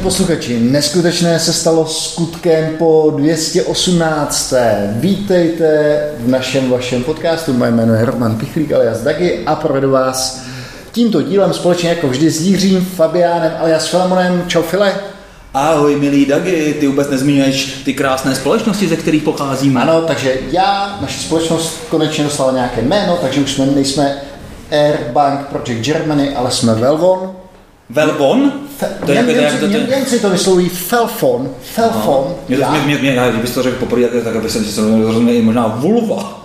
posluchači, neskutečné se stalo skutkem po 218. Vítejte v našem vašem podcastu. Moje jméno je Roman Pichlík alias Dagi a provedu vás tímto dílem společně jako vždy s Jiřím Fabiánem alias Filemonem. Čau File. Ahoj milý Dagi, ty vůbec nezmiňuješ ty krásné společnosti, ze kterých pocházíme. Ano, takže naše společnost konečně dostala nějaké jméno, takže už nejsme Air Bank Project Germany, ale jsme Velvon. Velvon? Němci to vyslovují Felfon. Kdybys to řekl poprvé, tak aby jsem si to rozuměl možná vulva.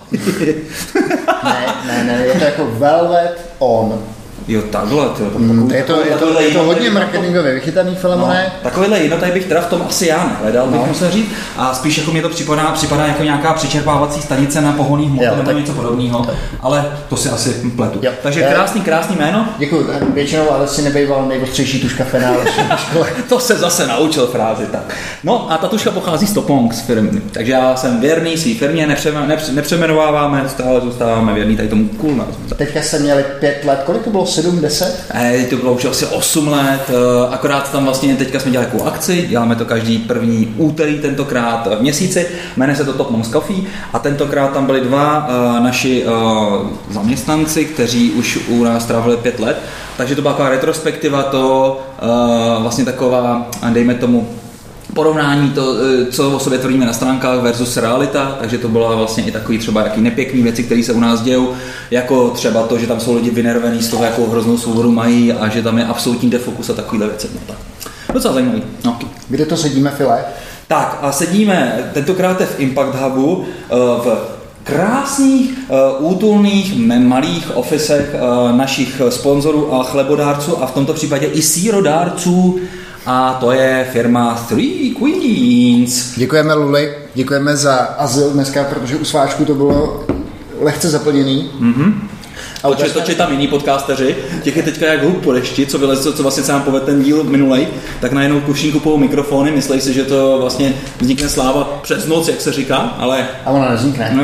ne, je to jako Velvet On. Jo, takhle. Je to hodně marketingově vychytaný, Filemone. No, takovýhle jednotaj bych teda v tom asi já nehledal, bych musel říct. A spíš jako mě to připadá jako nějaká přečerpávací stanice na pohonných hmotách nebo něco podobného. Ale to si asi pletu. Jo. Takže krásný jméno. Děkuji, většinou ale si nebejval nejostřejší tuška v penále v škole. To se zase naučil frázi tak. No a ta tuška pochází z Topong z firmy. Takže já jsem věrný svý firmě, nepřemenováváme, stále zůstáváme věrný tady tomu cool názvu. Teďka jste měli 5 let, kolik to bylo? 7, 10? To bylo už asi 8 let, akorát tam vlastně teďka jsme dělali takovou akci, děláme to každý první úterý tentokrát v měsíci, jmenuje se to Top Monks Coffee a tentokrát tam byli dva naši zaměstnanci, kteří už u nás trávili 5 let, takže to byla taková retrospektiva, to vlastně taková, dejme tomu, porovnání to, co o sobě tvrdíme na stránkách versus realita, takže to byla vlastně i takový třeba jaký nepěkný věci, které se u nás dějou, jako třeba to, že tam jsou lidi vynervený z toho, jakou hroznou svobodu mají a že tam je absolutní defokus a takovýhle věci. No tak. Docela zajímavý. No. Kde to sedíme, File? Tak a sedíme tentokrát v Impact Hubu v krásných, útulných, malých ofisech našich sponzorů a chlebodárců a v tomto případě i sírodárců. A to je firma Three Queens. Děkujeme Luli, děkujeme za azyl dneska, protože u sváčku to bylo lehce zaplněný. Točí tam jiní podcasteři, těch je teďka jak hub po dešti, co vlastně se nám povedl ten díl minulej, tak najednou kušní kupují mikrofony, myslí si, že to vlastně vznikne sláva přes noc, jak se říká, ale... A ona nevznikne.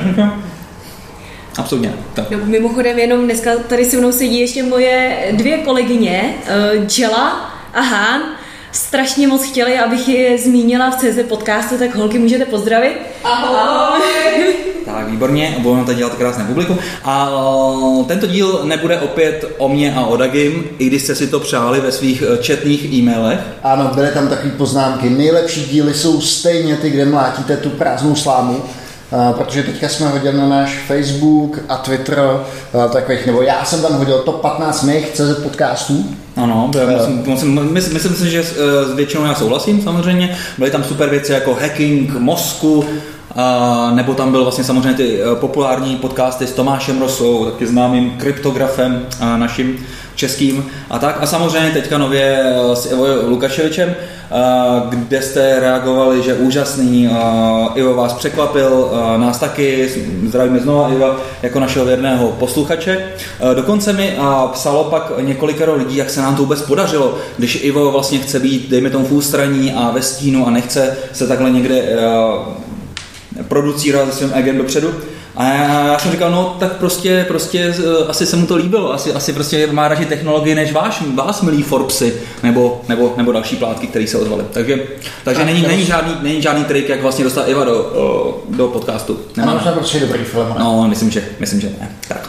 Absolutně. Tak. No, mimochodem jenom dneska tady se mnou sedí ještě moje 2 kolegyně, Jela a Hán. Strašně moc chtěli, abych je zmínila v CZ podcastu, tak holky můžete pozdravit. Ahoj! Tak, výborně, budeme tady dělat krásné publikum. A tento díl nebude opět o mě a o Dagim, i když jste si to přáli ve svých četných e-mailech. Ano, byly tam takové poznámky. Nejlepší díly jsou stejně ty, kde mlátíte tu prázdnou slámu. Protože teďka jsme hodili na náš Facebook a Twitter takových, nebo já jsem tam hodil top 15 mých CZ podcastů. Ano, myslím si, že s většinou já souhlasím samozřejmě. Byly tam super věci jako hacking mozku, nebo tam byl vlastně samozřejmě ty populární podcasty s Tomášem Rosou, taky známým kryptografem naším českým a tak. A samozřejmě teďka nově s Ivo Lukaševičem, kde jste reagovali, že úžasný, Ivo vás překvapil, nás taky, zdravíme znova Iva jako našeho věrného posluchače. Dokonce mi psalo pak několikero lidí, jak se nám to vůbec podařilo, když Ivo vlastně chce být, dejme tomu, v ústraní a ve stínu a nechce se takhle někde producírovat se svým egem dopředu. A já jsem říkal, no tak prostě asi se mu to líbilo, asi prostě má radši technologii než vás milí Forbesy nebo další plátky, které se ozvaly. Takže není žádný trik, jak vlastně dostat Iva do podcastu. Ano, už prostě dobrý film. Ne? No, myslím, že ne. Tak.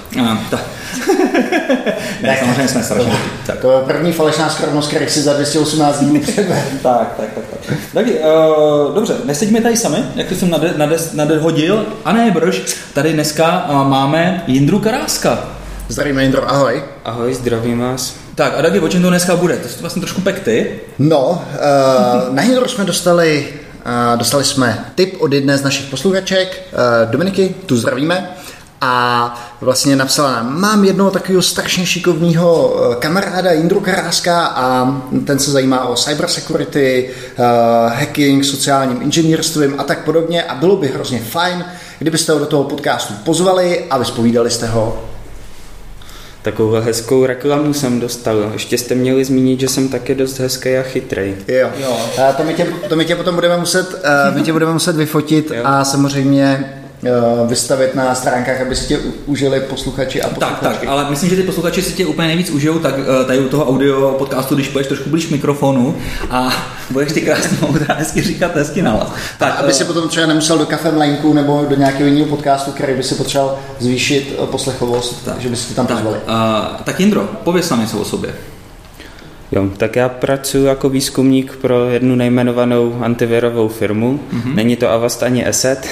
Ne, samozřejmě jsme strašně. To je první falešná skromnost, který si za 218 dní přebe. Tak. Dobře, nesedíme tady sami, jak jsem nadhodil. A ne, brž, tady dneska máme Jindru Karáska. Zdravíme, Jindro, ahoj. Ahoj, zdravím vás. Tak a Dagi, o čem to dneska bude? To jsi vlastně trošku pek ty. No, na Jindru jsme dostali jsme tip od jedné z našich posluchaček, Dominiky, tu zdravíme. A vlastně napsala nám, mám jednoho takového strašně šikovného kamaráda Jindru Karáska a ten se zajímá o cybersecurity, hacking, sociálním inženýrstvím a tak podobně a bylo by hrozně fajn, kdybyste ho do toho podcastu pozvali a vyspovídali jste ho. Takovou hezkou reklamu jsem dostal. Ještě jste měli zmínit, že jsem taky dost hezký a chytrej. Jo. To my tě potom budeme muset vyfotit. Jo. A samozřejmě vystavit na stránkách, aby si tě užili posluchači a posluchačky. Tak, ale myslím, že ty posluchači si tě úplně nejvíc užijou, tak tady u toho audio podcastu, když půjdeš trošku blíž mikrofonu a budeš ty krásně moudrá hezky říkat hezky nahlas. Tak, aby si potom třeba nemusel do Kafe Mlejnku nebo do nějakého jiného podcastu, který by si potřeboval zvýšit poslechovost, takže by si tě tam pozvali. Tak Jindro, pověz nám něco o sobě. Jo, tak já pracuji jako výzkumník pro jednu nejmenovanou antivirovou firmu. Není to Avast ani Asset.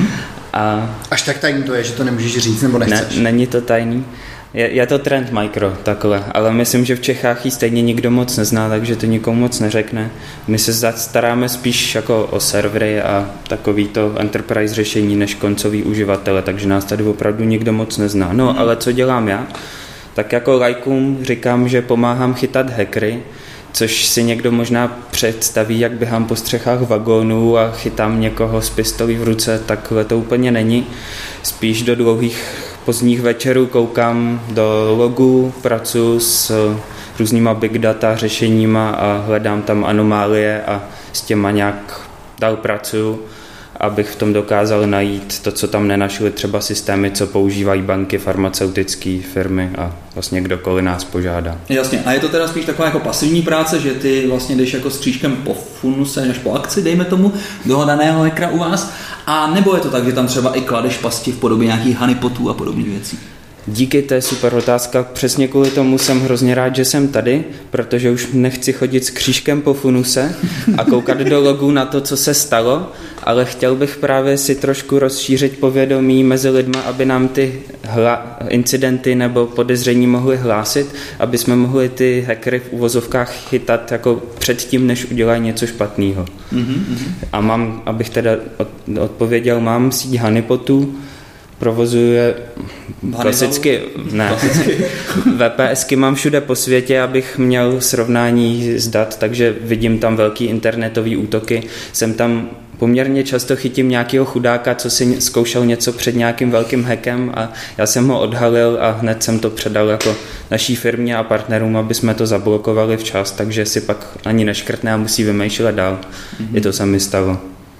Až tak tajný to je, že to nemůžeš říct nebo nechceš? Není to tajný. Je to Trend Micro, takhle, ale myslím, že v Čechách ji stejně nikdo moc nezná, takže to nikomu moc neřekne. My se staráme spíš jako o servery a takovýto enterprise řešení než koncový uživatele, takže nás tady opravdu nikdo moc nezná. No, ale co dělám já? Tak jako lajkům říkám, že pomáhám chytat hackery, což si někdo možná představí, jak běhám po střechách vagónů a chytám někoho s pistolí v ruce, takhle to úplně není. Spíš do dlouhých pozdních večerů koukám do logů, pracuji s různýma big data řešeníma a hledám tam anomálie a s těma nějak dál pracuju, abych v tom dokázal najít to, co tam nenašly třeba systémy, co používají banky, farmaceutické firmy a vlastně kdokoliv nás požádá. Jasně, a je to teda spíš taková jako pasivní práce, že ty vlastně jdeš jako s křížkem po funuse, až po akci, dejme tomu, do daného hackera u vás, a nebo je to tak, že tam třeba i kladeš pasti v podobě nějakých honeypotů a podobných věcí? Díky, to je super otázka. Přesně kvůli tomu jsem hrozně rád, že jsem tady, protože už nechci chodit s křížkem po funuse a koukat do logů na to, co se stalo, ale chtěl bych právě si trošku rozšířit povědomí mezi lidma, aby nám ty incidenty nebo podezření mohli hlásit, aby jsme mohli ty hackery v uvozovkách chytat jako předtím, než udělají něco špatného. A mám, abych teda odpověděl, mám síť honeypotů, provozuje klasicky, ne, VPSky mám všude po světě, abych měl srovnání z dat, takže vidím tam velký internetový útoky. Jsem tam poměrně často chytím nějakého chudáka, co si zkoušel něco před nějakým velkým hackem a já jsem ho odhalil a hned jsem to předal jako naší firmě a partnerům, aby jsme to zablokovali včas, takže si pak ani neškrtne a musí vymýšlet dál. I to se mi stalo.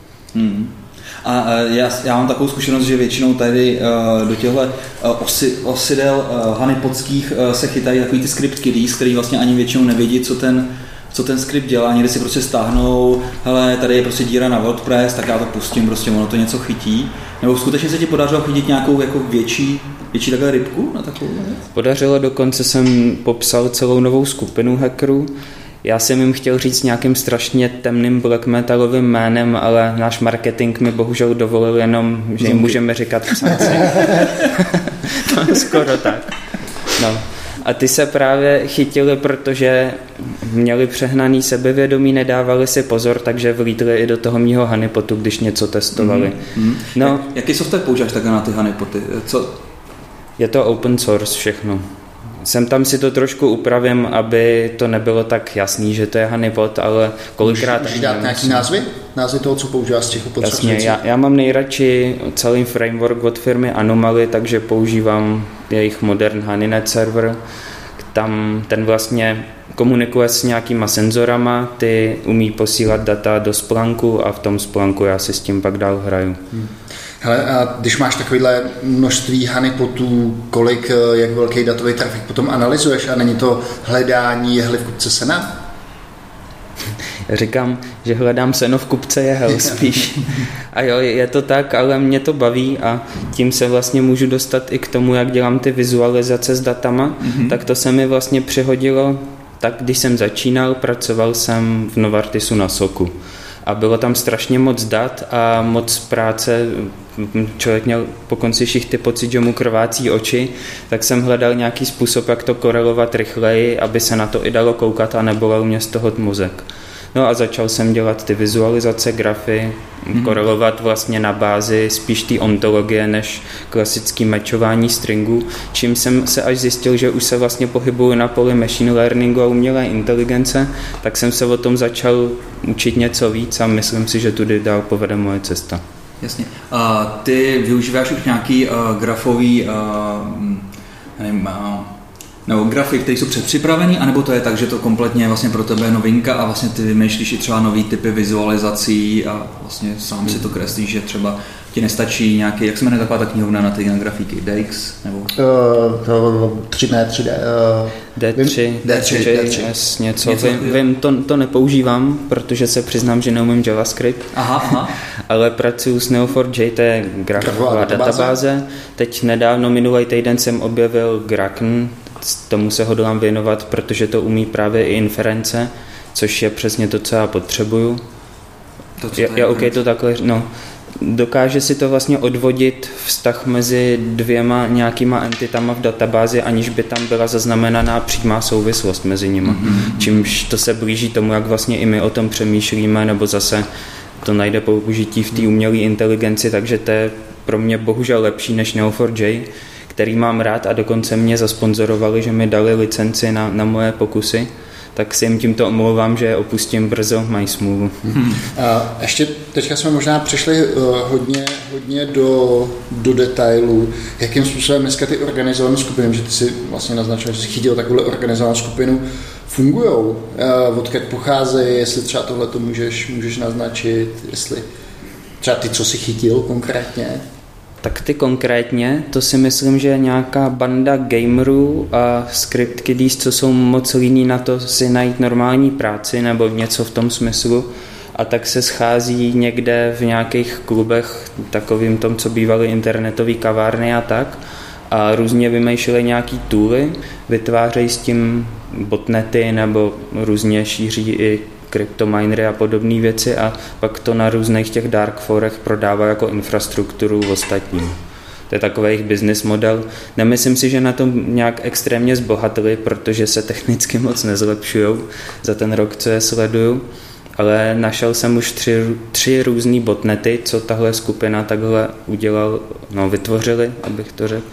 A já mám takovou zkušenost, že většinou tady do těchto osidel honeypotských se chytají takový ty script kiddies, který vlastně ani většinou nevědí, co ten skript dělá. Někdy si prostě stáhnou, hele, tady je prostě díra na WordPress, tak já to pustím, prostě ono to něco chytí. Nebo skutečně se ti podařilo chytit nějakou jako větší takhle rybku na takovou věc? Podařilo, dokonce jsem popsal celou novou skupinu hackerů. Já jsem jim chtěl říct nějakým strašně temným black metalovým jménem, ale náš marketing mi bohužel dovolil jenom, že jim můžeme říkat psanci. No, skoro tak. No. A ty se právě chytili, protože měli přehnaný sebevědomí, nedávali si pozor, takže vlítli i do toho mýho honeypotu, když něco testovali. No. Jaký software používáš takhle na ty honeypoty? Je to open source všechno. Sem tam si to trošku upravím, aby to nebylo tak jasný, že to je honeypot, ale kolikrát... Můžeš dát nějaký názvy? Názvy toho, co používáš z těch open source věcí? Jasně, já mám nejradši celý framework od firmy Anomaly, takže používám jejich Modern Honeynet server. Tam ten vlastně komunikuje s nějakýma senzorama, ty umí posílat data do Splunku a v tom Splunku já si s tím pak dál hraju. Hele, a když máš takovýhle množství honeypotů, jak velký datový trafik potom analyzuješ a není to hledání jehly v kupce sena? Říkám, že hledám seno v kupce jehel spíš. A jo, je to tak, ale mě to baví a tím se vlastně můžu dostat i k tomu, jak dělám ty vizualizace s datama, tak to se mi vlastně přihodilo tak, když jsem začínal, pracoval jsem v Novartisu na SOKu. A bylo tam strašně moc dat a moc práce, člověk měl po konci šichty pocit, že mu krvácí oči, tak jsem hledal nějaký způsob, jak to korelovat rychleji, aby se na to i dalo koukat a nebolel mě z toho mozek. No a začal jsem dělat ty vizualizace, grafy, korelovat vlastně na bázi spíš té ontologie než klasický matchování stringů, čím jsem se až zjistil, že už se vlastně pohybuju na poli machine learningu a umělé inteligence, tak jsem se o tom začal učit něco víc a myslím si, že tudy dál povede moje cesta. Jasně. Ty využíváš už nějaký grafový nebo grafy, které jsou předpřipravený, anebo to je tak, že to kompletně vlastně pro tebe je novinka a vlastně ty vymýšlíš i třeba nový typy vizualizací a vlastně sám si to kreslíš, že třeba ti nestačí nějaký, jak se jmenuje taková ta knihovna na ty grafiky, DX nebo? 3D. D3, jasně, vím, to nepoužívám, protože se přiznám, že neumím JavaScript, Aha. ale pracuji s Neo4j, to je grafová databáze. Teď nedávno, minulý týden jsem objevil Graken, tomu se hodlám věnovat, protože to umí právě i inference, což je přesně to, co já potřebuju. To takhle, no. Dokáže si to vlastně odvodit vztah mezi dvěma nějakýma entitama v databázi, aniž by tam byla zaznamenaná přímá souvislost mezi nimi. Čímž to se blíží tomu, jak vlastně i my o tom přemýšlíme, nebo zase to najde použití v té umělé inteligenci, takže to je pro mě bohužel lepší než Neo4j, který mám rád a dokonce mě zasponzorovali, že mi dali licenci na moje pokusy. Tak si jim tímto omlouvám, že opustím brzo, mají smůlu. A ještě teďka jsme možná přešli hodně do detailů. Jakým způsobem dneska ty organizované skupiny, že ty si vlastně naznačil, že jsi chytil takovou organizovanou skupinu, fungujou? Odkud pocházejí, jestli třeba tohle to můžeš naznačit, jestli třeba ty, co jsi chytil konkrétně? Tak ty konkrétně, to si myslím, že je nějaká banda gamerů a script kiddies, co jsou moc líní na to si najít normální práci nebo něco v tom smyslu, a tak se schází někde v nějakých klubech, takovým tom, co bývaly internetové kavárny a tak, a různě vymýšleli nějaký tooly, vytvářejí s tím botnety nebo různě šíří i kryptominery a podobné věci a pak to na různých těch dark forech prodává jako infrastrukturu ostatním. To je takový jejich business model. Nemyslím si, že na tom nějak extrémně zbohatili, protože se technicky moc nezlepšují za ten rok, co je sleduju, ale našel jsem už tři různý botnety, co tahle skupina takhle vytvořili, abych to řekl.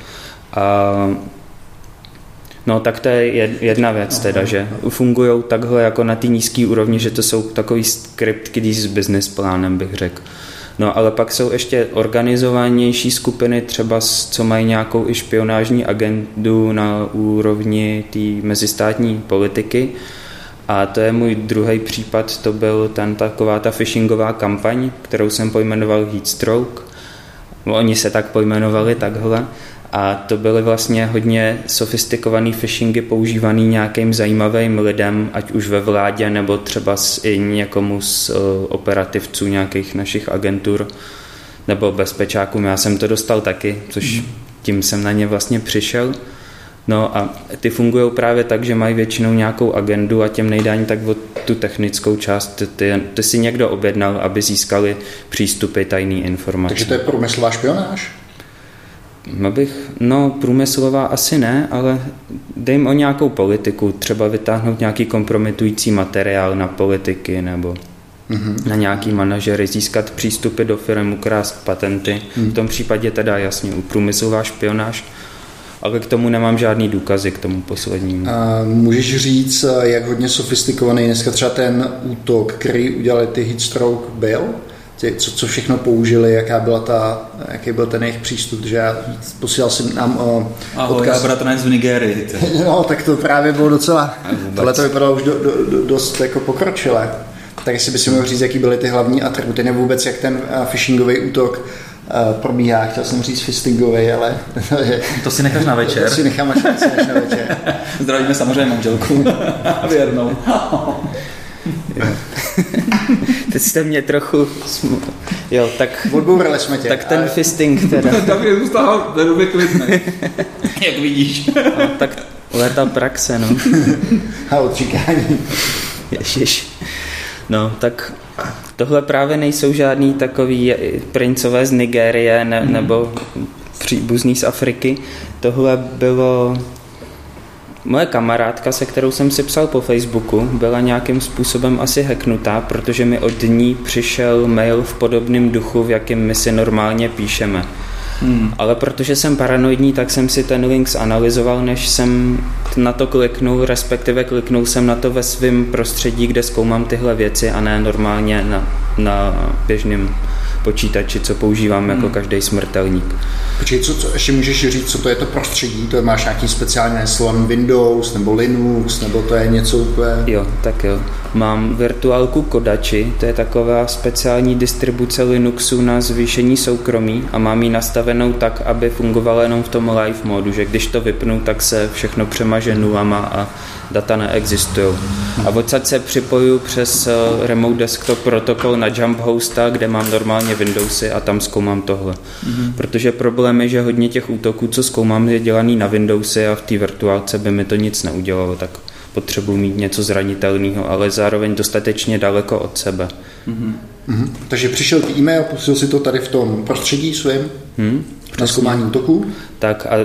No tak to je jedna věc teda, že fungujou takhle jako na té nízké úrovni, že to jsou takový skriptky s business plánem, bych řekl. No ale pak jsou ještě organizovanější skupiny, třeba co mají nějakou i špionážní agendu na úrovni té mezistátní politiky. A to je můj druhý případ, to byl taková ta phishingová kampaň, kterou jsem pojmenoval Heatstroke. Oni se tak pojmenovali takhle. A to byly vlastně hodně sofistikované phishingy používané nějakým zajímavým lidem, ať už ve vládě, nebo třeba i někomu z operativců nějakých našich agentur, nebo bezpečákům. Já jsem to dostal taky, což tím jsem na ně vlastně přišel. No a ty fungují právě tak, že mají většinou nějakou agendu a těm nejde ani tak o tu technickou část. Ty si někdo objednal, aby získali přístupy tajné informace. Takže to je průmyslová špionáž? Průmyslová asi ne, ale dej jim o nějakou politiku, třeba vytáhnout nějaký kompromitující materiál na politiky nebo na nějaký manažery, získat přístupy do firm, ukrást patenty. V tom případě teda jasně průmyslová špionáž, ale k tomu nemám žádný důkazy, k tomu poslednímu. A můžeš říct, jak hodně sofistikovaný dneska třeba ten útok, který udělali ty Heatstroke byl? Co všechno použili, jaký byl ten jejich přístup, že já posílal jsem nám odkaz. Ahoj, bratranec v Nigérii. No, tak to právě bylo docela, tohle to vypadalo už dost jako pokročilé. Tak jestli by si mohl říct, jaký byly ty hlavní atributy, nebo vůbec jak ten phishingový útok probíhá. Chtěl jsem říct fistingový, ale... To si necháš na večer. To si nechám až na večer. Zdravíme samozřejmě manželku. Věrnou. Teď jste mě trochu... Jo, tak... Odbourali jsme tě. Tak ten fisting teda. Tak je zůstával ve době klidnej. Jak vidíš. No, tak léta praxe, no. A odříkání. Ježiš. No, tak tohle právě nejsou žádný takový princové z Nigérie nebo příbuzný z Afriky. Tohle bylo... Moje kamarádka, se kterou jsem si psal po Facebooku, byla nějakým způsobem asi hacknutá, protože mi od ní přišel mail v podobném duchu, v jakém my si normálně píšeme. Ale protože jsem paranoidní, tak jsem si ten link zanalyzoval, než jsem na to kliknul, respektive kliknul jsem na to ve svém prostředí, kde zkoumám tyhle věci a ne normálně na běžném počítači, co používám jako každý smrtelník. Počkej, co ještě můžeš říct, co to je to prostředí? To máš nějaký speciální slovo Windows nebo Linux, nebo to je něco úplně... Jo, tak jo. Mám virtuálku Kodachi, to je taková speciální distribuce Linuxu na zvýšení soukromí a mám ji nastavenou tak, aby fungovala jenom v tom live modu, že když to vypnu, tak se všechno přemaže nulama a data neexistují. A odsaď se připoju přes Remote Desktop protokol na Jump Hosta, kde mám normálně Windowsy a tam zkoumám tohle. Protože problém je, že hodně těch útoků, co zkoumám, je dělaný na Windowsy a v té virtuálce by mi to nic neudělalo, tak potřebuji mít něco zranitelného, ale zároveň dostatečně daleko od sebe. Takže přišel ty e-mail, pustil si to tady v tom prostředí svým na zkoumání útoků? Tak a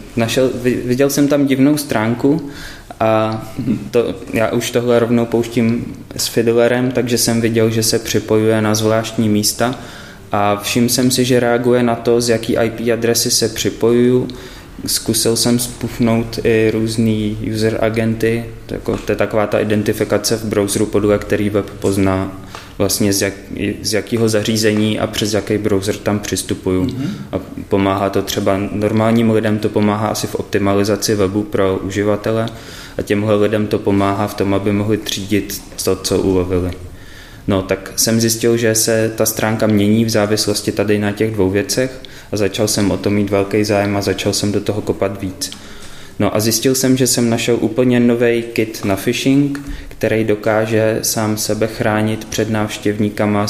viděl jsem tam divnou stránku a já už tohle rovnou pouštím s Fiddlerem, takže jsem viděl, že se připojuje na zvláštní místa a všiml jsem si, že reaguje na to, z jaký IP adresy se připojuju. Zkusil jsem spufnout i různý user agenty, to je taková ta identifikace v browseru, podle který web pozná vlastně z jakého zařízení a přes jaký browser tam přistupuju. A pomáhá to třeba normálním lidem, to pomáhá asi v optimalizaci webu pro uživatele a těmhle lidem to pomáhá v tom, aby mohli třídit to, co ulovili. No, tak jsem zjistil, že se ta stránka mění v závislosti tady na těch dvou věcech a začal jsem o to mít velký zájem a začal jsem do toho kopat víc. No a zjistil jsem, že jsem našel úplně nový kit na phishing, který dokáže sám sebe chránit před návštěvníkama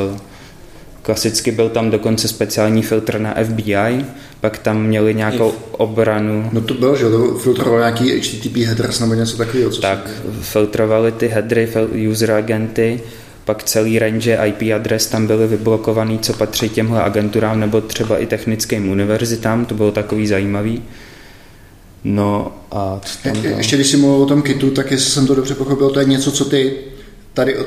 klasicky byl tam dokonce speciální filtr na FBI, pak tam měli nějakou obranu. No to bylo, že to filtrovalo nějaký HTTP headers nebo něco takového. Tak, filtrovali ty headry, user agenty, pak celý range IP adres tam byly vyblokovaný, co patří těmhle agenturám nebo třeba i technickým univerzitám, to bylo takový zajímavý. No a ještě když jsi mluvil o tom kitu, tak jestli jsem to dobře pochopil, to je něco, co ty tady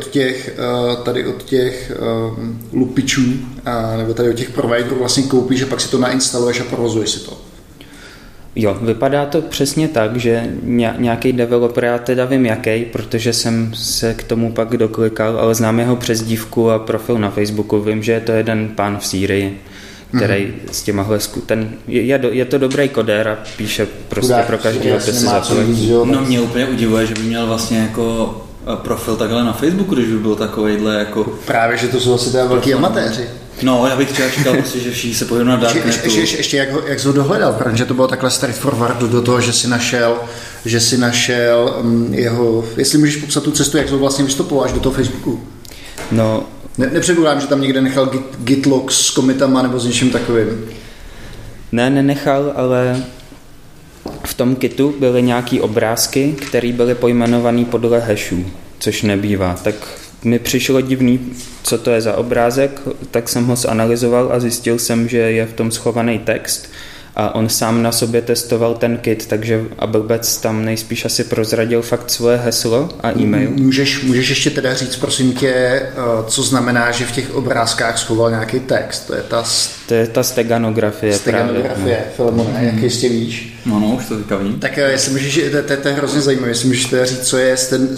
od těch lupičů nebo tady od těch providerů vlastně koupíš, že pak si to nainstaluješ a provozuješ si to. Jo, vypadá to přesně tak, že nějaký developer, já teda vím jaký, protože jsem se k tomu pak doklikal, ale znám jeho přezdívku a profil na Facebooku, vím, že je to jeden pán v Sýrii, který s těmahle je to dobrý kodér a píše prostě pro každého, kdo se zaplatí. No mě úplně udivuje, že by měl vlastně jako profil takhle na Facebooku, když by byl takovejhle jako... Právě, že to jsou asi teda velký amatéři. No, já bych třeba čekal, že všichni se pojedou na Darknetu. Ještě jak jsi ho dohledal, protože to bylo takhle straightforward do toho, že si našel jeho... Jestli můžeš popsat tu cestu, jak jsi ho vlastně vystupoval až do toho Facebooku. No... Nepředpokládám, že tam někde nechal git log s komitama nebo s něčím takovým. Nenechal, ale v tom kitu byly nějaký obrázky, které byly pojmenované podle hashů, což nebývá. Tak mi přišlo divný, co to je za obrázek, tak jsem ho zanalyzoval a zjistil jsem, že je v tom schovaný text a on sám na sobě testoval ten kit, takže a blbec tam nejspíš asi prozradil fakt svoje heslo a e-mail. Můžeš ještě teda říct, prosím tě, co znamená, že v těch obrázkách schoval nějaký text? To je ta steganografie. Steganografie, Filemone, jak jistě víš. No, už to teďka vím. Tak jestli můžeš, to je hrozně zajímavé, jestli můžeš teda říct, co je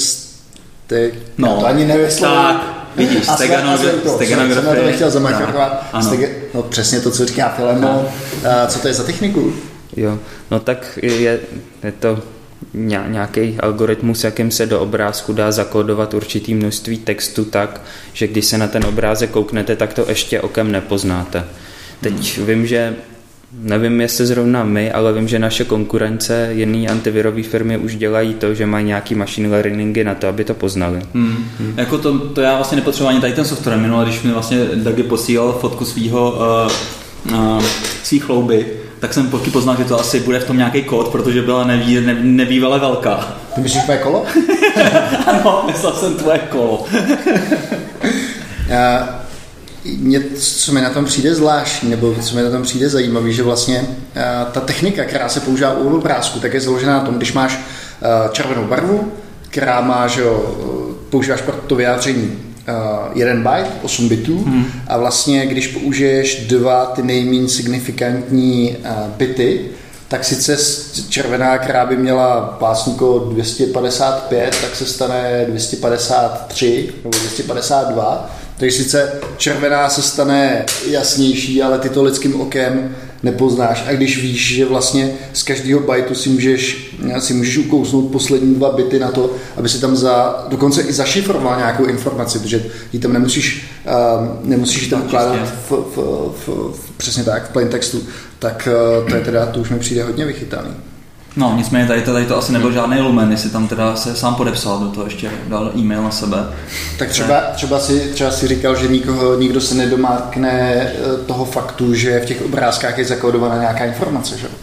to ani nevyslovím. Tak, vidíš, steganografie. Jsem na to nechtěl zamachovat. No přesně to, co říká Filemon. Co to je za techniku? Jo, no tak je to nějaký algoritmus, jakým se do obrázku dá zakódovat určitý množství textu tak, že když se na ten obrázek kouknete, tak to ještě okem nepoznáte. Teď vím, že nevím, jestli zrovna my, ale vím, že naše konkurence, jiný antivirové firmy už dělají to, že mají nějaký machine learningy na to, aby to poznali. Jako to já vlastně nepotřebuji ani tady ten software. Minule, když mi vlastně Dagi posílal fotku svý chlouby, tak jsem taky poznal, že to asi bude v tom nějaký kód, protože byla nebývale velká. Ty myslíš tvoje kolo? Ano, myslel jsem tvoje kolo. Co mi na tom přijde zvláštní, nebo co mi na tom přijde zajímavý, že vlastně ta technika, která se používá u obrázku, tak je založená na tom, když máš červenou barvu, která má, že používáš pro to vyjádření 1 byte, 8 bitů a vlastně, když použiješ 2 ty nejméně signifikantní bity, tak sice červená, která by měla pásníko 255, tak se stane 253 nebo 252, Takže sice červená se stane jasnější, ale ty to lidským okem nepoznáš. A když víš, že vlastně z každého bajtu si můžeš ukousnout poslední 2 bity na to, aby si tam dokonce i zašifroval nějakou informaci, protože ji tam nemusíš tam ukládat přesně tak, v plain textu, tak to je teda, to už mi přijde hodně vychytaný. No, nicméně tady to asi nebyl žádný lumen, jestli tam teda se sám podepsal, do toho ještě dal e-mail na sebe. Tak třeba si říkal, že nikdo se nedomákne toho faktu, že v těch obrázkách je zakódovaná nějaká informace, že?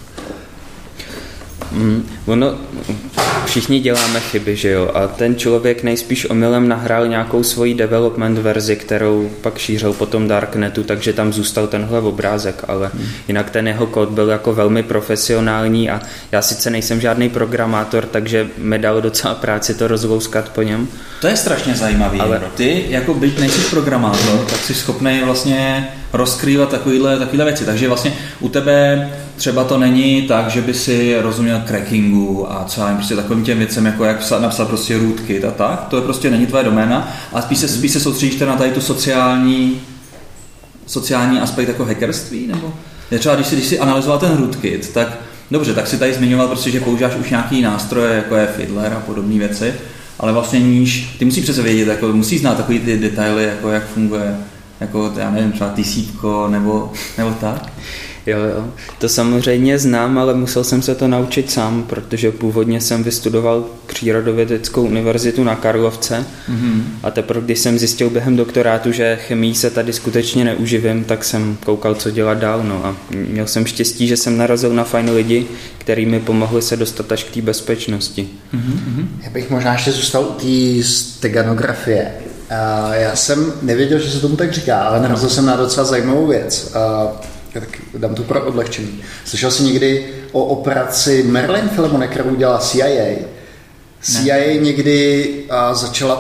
Ono, všichni děláme chyby, že jo, a ten člověk nejspíš omylem nahrál nějakou svoji development verzi, kterou pak šířil po tom darknetu, takže tam zůstal tenhle obrázek, ale jinak ten jeho kód byl jako velmi profesionální a já sice nejsem žádný programátor, takže mi dal docela práci to rozlouskat po něm. To je strašně zajímavý, ale ty jako byť nejsi programátor, tak jsi schopný vlastně rozkrývat takovýhle věci, takže vlastně u tebe třeba to není tak, že by si rozuměl crackingu a co já prostě takovým těm věcem, jako jak napsat prostě rootkit a tak, to prostě není tvoje doména, a spíš se soustředíš na tady tu sociální aspekt jako hackerství, nebo třeba když si analyzoval ten rootkit, tak dobře, tak si tady zmiňoval prostě, že používáš už nějaký nástroje, jako je Fiddler a podobné věci, ale vlastně ty musíš přece vědět, jako musíš znát takový ty detaily, jako jak funguje, jako já nevím, třeba TCP nebo tak. Jo, to samozřejmě znám, ale musel jsem se to naučit sám, protože původně jsem vystudoval Přírodovědeckou univerzitu na Karlovce a teprve když jsem zjistil během doktorátu, že chemii se tady skutečně neuživím, tak jsem koukal, co dělat dál. No a měl jsem štěstí, že jsem narazil na fajn lidi, který mi pomohli se dostat až k té bezpečnosti. Já bych možná ještě zůstal u té steganografie. Já jsem nevěděl, že se tomu tak říká, ale narazil jsem na docela zajímavou věc. Tak dám to pro odlehčení. Slyšel jsi někdy o operaci Merlin, Filemone, kterou udělala CIA? CIA někdy začala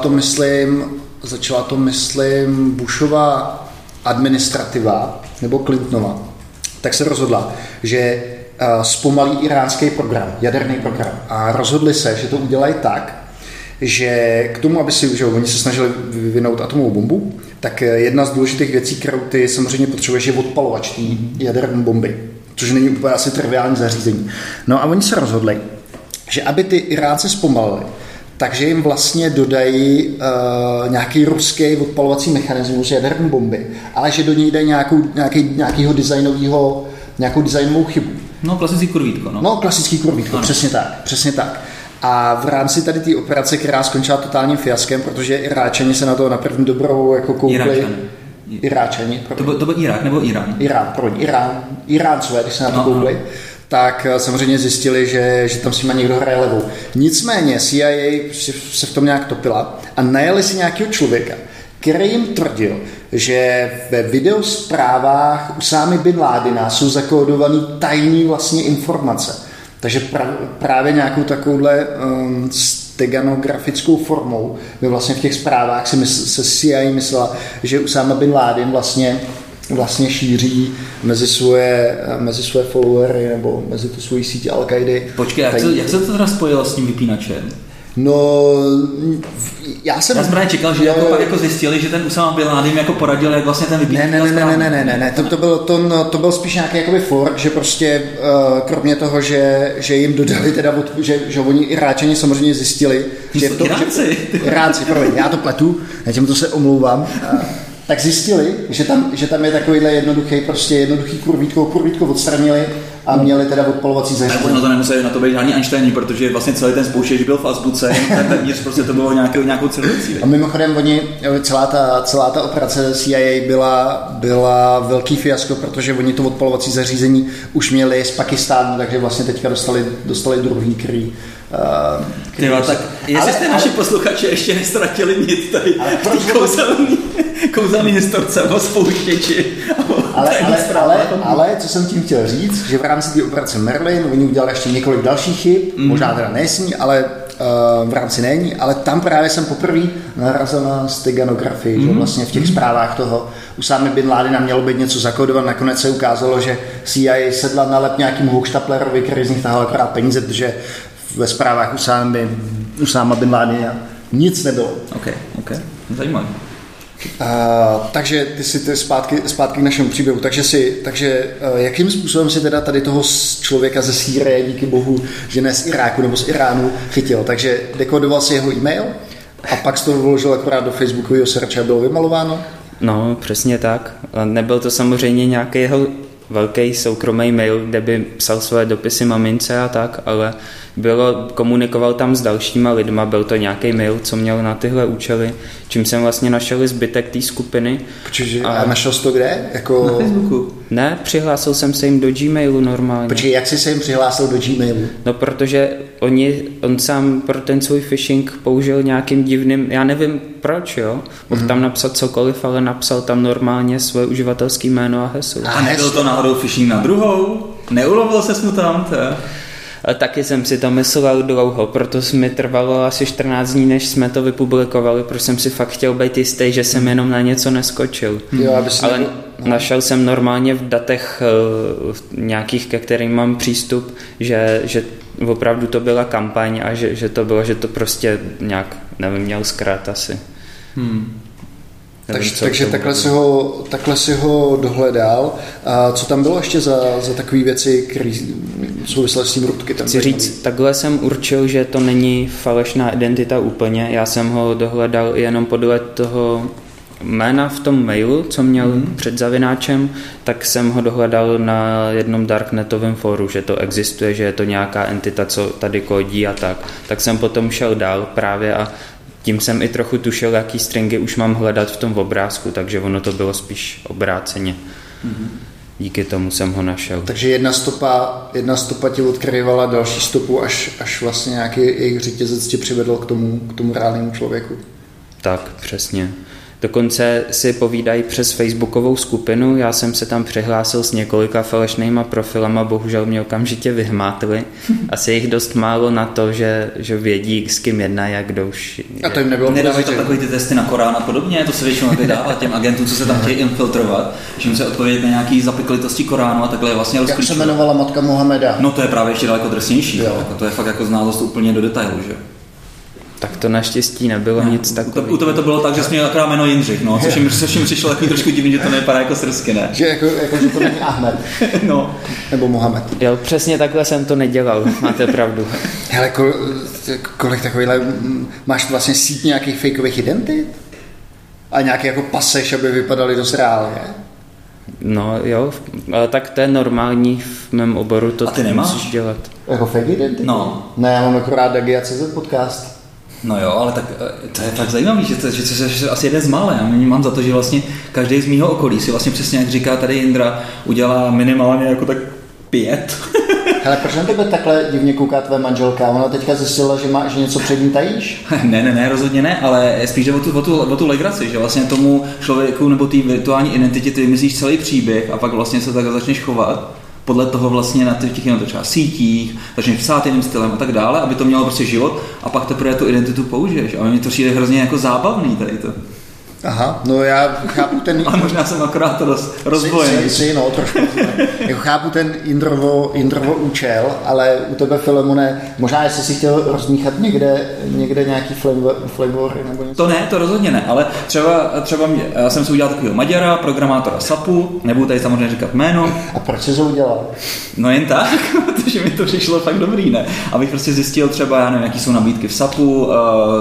to myslím Bushova administrativa nebo Clintonova, tak se rozhodla, že zpomalí iránský program, jaderný program, a rozhodli se, že to udělají tak, že k tomu, oni se snažili vyvinout atomovou bombu, tak jedna z důležitých věcí, kterou ty samozřejmě potřebuješ, je odpalovač té jaderné bomby, což není úplně asi triviální zařízení. No a oni se rozhodli, že aby ty Iránci zpomalili, takže jim vlastně dodají nějaký ruský odpalovací mechanismus jaderné bomby, ale že do něj dají nějakou designovou chybu. No, klasický kurvítko. No, klasický kurvítko, přesně tak. A v rámci tady té operace, která skončila totálním fiaskem, protože Iráčani se na to na první dobrou jako koukli. Iráčani. To byl Irák nebo Irán? Iráncové, když se na to koukli, tak samozřejmě zjistili, že tam s nima někdo hraje levou. Nicméně CIA se v tom nějak topila a najeli si nějakého člověka, který jim tvrdil, že ve videosprávách Usámy bin Ládina jsou zakódovaný tajný vlastně informace. Takže právě nějakou takovouhle steganografickou formou by vlastně v těch zprávách se CIA myslela, že Usáma bin Ládin vlastně šíří mezi svoje followery nebo mezi tu svoji síť Al-Kaidy. Počkej, jak se to teda spojilo s tím vypínačem? No, já jsem právě čekal, že jako zjistili, že ten Usama bin Laden jako poradil, jak vlastně ten vypínač. Ne, to byl spíš nějaký jakoby fork, že prostě kromě toho, že jim dodali teda, že oni Iráčani samozřejmě zjistili, že to Iránci, promiň, já to pletu, já těm to se omlouvám. Tak zjistili, že tam je takovýhle jednoduchý kurvítko odstranili a měli teda odpalovací zařízení. Možná to nemuseli na to být žádný Einsteini, protože vlastně celý ten spouštěč byl v azbuce, ten vnitř prostě to bylo nějakou civilizací. A mimochodem celá ta operace CIA byla velký fiasko, protože oni to odpalovací zařízení už měli z Pakistánu, takže vlastně teďka dostali druhý který tak jestli jste naši posluchači ještě nestratili nic tady kouzelný historce o spouštěči. Ale co jsem tím chtěl říct, že v rámci té operace Merlin oni udělali ještě několik dalších chyb, možná teda nejsní, ale v rámci není, ale tam právě jsem poprvé narazil na steganografii, že vlastně v těch zprávách toho Usámy bin Ládina mělo být něco zakódovat, nakonec se ukázalo, že CIA sedla na lep nějakým hochštaplerovi, který z nich tahal akorát peníze, protože ve zprávách Usáma bin Ládina nic nebylo. Ok, zajímavé. Takže ty si zpátky k našemu příběhu. Takže jakým způsobem si teda tady toho člověka ze Sýrie, díky bohu, že ne z Iráku nebo z Iránu, chytil? Takže dekodoval si jeho e-mail a pak jsi to vložil akorát do Facebookového searche a bylo vymalováno? No, přesně tak. Nebyl to samozřejmě nějaký jeho velký soukromý mail, kde by psal své dopisy mamince a tak, ale komunikoval tam s dalšíma lidma, byl to nějaký mail, co měl na tyhle účely, čím jsem vlastně našel zbytek té skupiny. A našel jsi to kde? Jako... Na Facebooku? Ne, přihlásil jsem se jim do Gmailu normálně. Počkej, jak jsi se jim přihlásil do Gmailu? No, protože on sám pro ten svůj phishing použil nějakým divným, já nevím proč, jo? Mohl tam napsat cokoliv, ale napsal tam normálně své uživatelské jméno a heslo. A nebyl to náhodou phishing na druhou? Neulovil ses mu tam, Taky jsem si to myslel dlouho, proto mi trvalo asi 14 dní, než jsme to vypublikovali, protože jsem si fakt chtěl být jistý, že jsem jenom na něco neskočil. Ale našel jsem normálně v datech nějakých, ke kterým mám přístup, že opravdu to byla kampaň a že to prostě nějak, nevím, měl zkrát asi. Takže takhle si ho dohledal. A co tam bylo ještě za takové věci, které souvisely s tím Rudky? Chci říct, takhle jsem určil, že to není falešná identita úplně. Já jsem ho dohledal jenom podle toho jména v tom mailu, co měl před zavináčem, tak jsem ho dohledal na jednom darknetovém fóru, že to existuje, že je to nějaká entita, co tady kódí a tak. Tak jsem potom šel dál právě a tím jsem i trochu tušil, jaký stringy už mám hledat v tom obrázku, takže ono to bylo spíš obráceně. Díky tomu jsem ho našel. Takže jedna stopa ti odkryvala další stopu, až vlastně nějaký jejich řetězec tě přivedl k tomu reálnému člověku. Tak, přesně. Dokonce si povídají přes facebookovou skupinu, já jsem se tam přihlásil s několika falešnýma profilama, bohužel mě okamžitě vyhmátli. Asi jich dost málo na to, že vědí, s kým jedná, jak kdo už... A to jim nebylo nedávají tam takový ty testy na Korán a podobně, to se většinou vydává těm agentům, co se tam chtějí infiltrovat, že jim se odpovědět na nějaký zapeklitosti Koránu a takhle vlastně rozklíčovat. Jak se jmenovala matka Mohameda? No to je právě ještě daleko drsnější, to je fakt jako znalost úplně do detailu, že? Tak to naštěstí nebylo nic takového. U tebe to bylo tak, že jsi měl akorát jméno Jindřich, no, což jim přišlo takový trošku divný, že to nevypadá jako srsky, ne? Že že to není Ahmed. No. Nebo Mohamed. Jo, přesně takhle jsem to nedělal, máte pravdu. Hele, kolik takovýhle, máš vlastně síť nějakých fakeových identit? A nějaký jako paseš, aby vypadaly dost reálně? No jo, ale tak to je normální v mém oboru, to ty musíš dělat. Jako fake identity? No. Ne, já mám akorát Dagia.cz podcast. No jo, ale tak to je fakt zajímavý, že jsi asi jeden z mála. Já mám za to, že vlastně každý z mýho okolí si vlastně přesně, jak říká tady Jindra, udělá minimálně jako tak 5. Hele, proč na tebe takhle divně kouká tvé manželka? Ona teďka zjistila, že něco před ní tajíš? Ne, rozhodně ne, ale spíš jde o tu legraci, že vlastně tomu člověku nebo té virtuální identitě ty vymyslíš celý příběh a pak vlastně se tak začneš chovat podle toho vlastně na těch třeba sítích, začneš psát jiným stylem a tak dále, aby to mělo prostě život a pak teprve tu identitu použiješ. A mě to přijde hrozně jako zábavný tady to. Aha, no já chápu ten... Ale možná jsem akorát to rozvojený. No, trošku. Jako chápu ten Jindrovo účel, ale u tebe, Filemone, možná jestli si chtěl rozmíchat někde nějaký flavor nebo něco? To ne, to rozhodně ne, ale třeba já jsem si udělal takového Maďara, programátora SAPu, nebudu tady samozřejmě říkat jméno. A proč jsi to udělal? No jen tak, protože mi to přišlo fakt dobrý, ne? Abych prostě zjistil třeba, já nevím, jaký jsou nabídky v SAPu,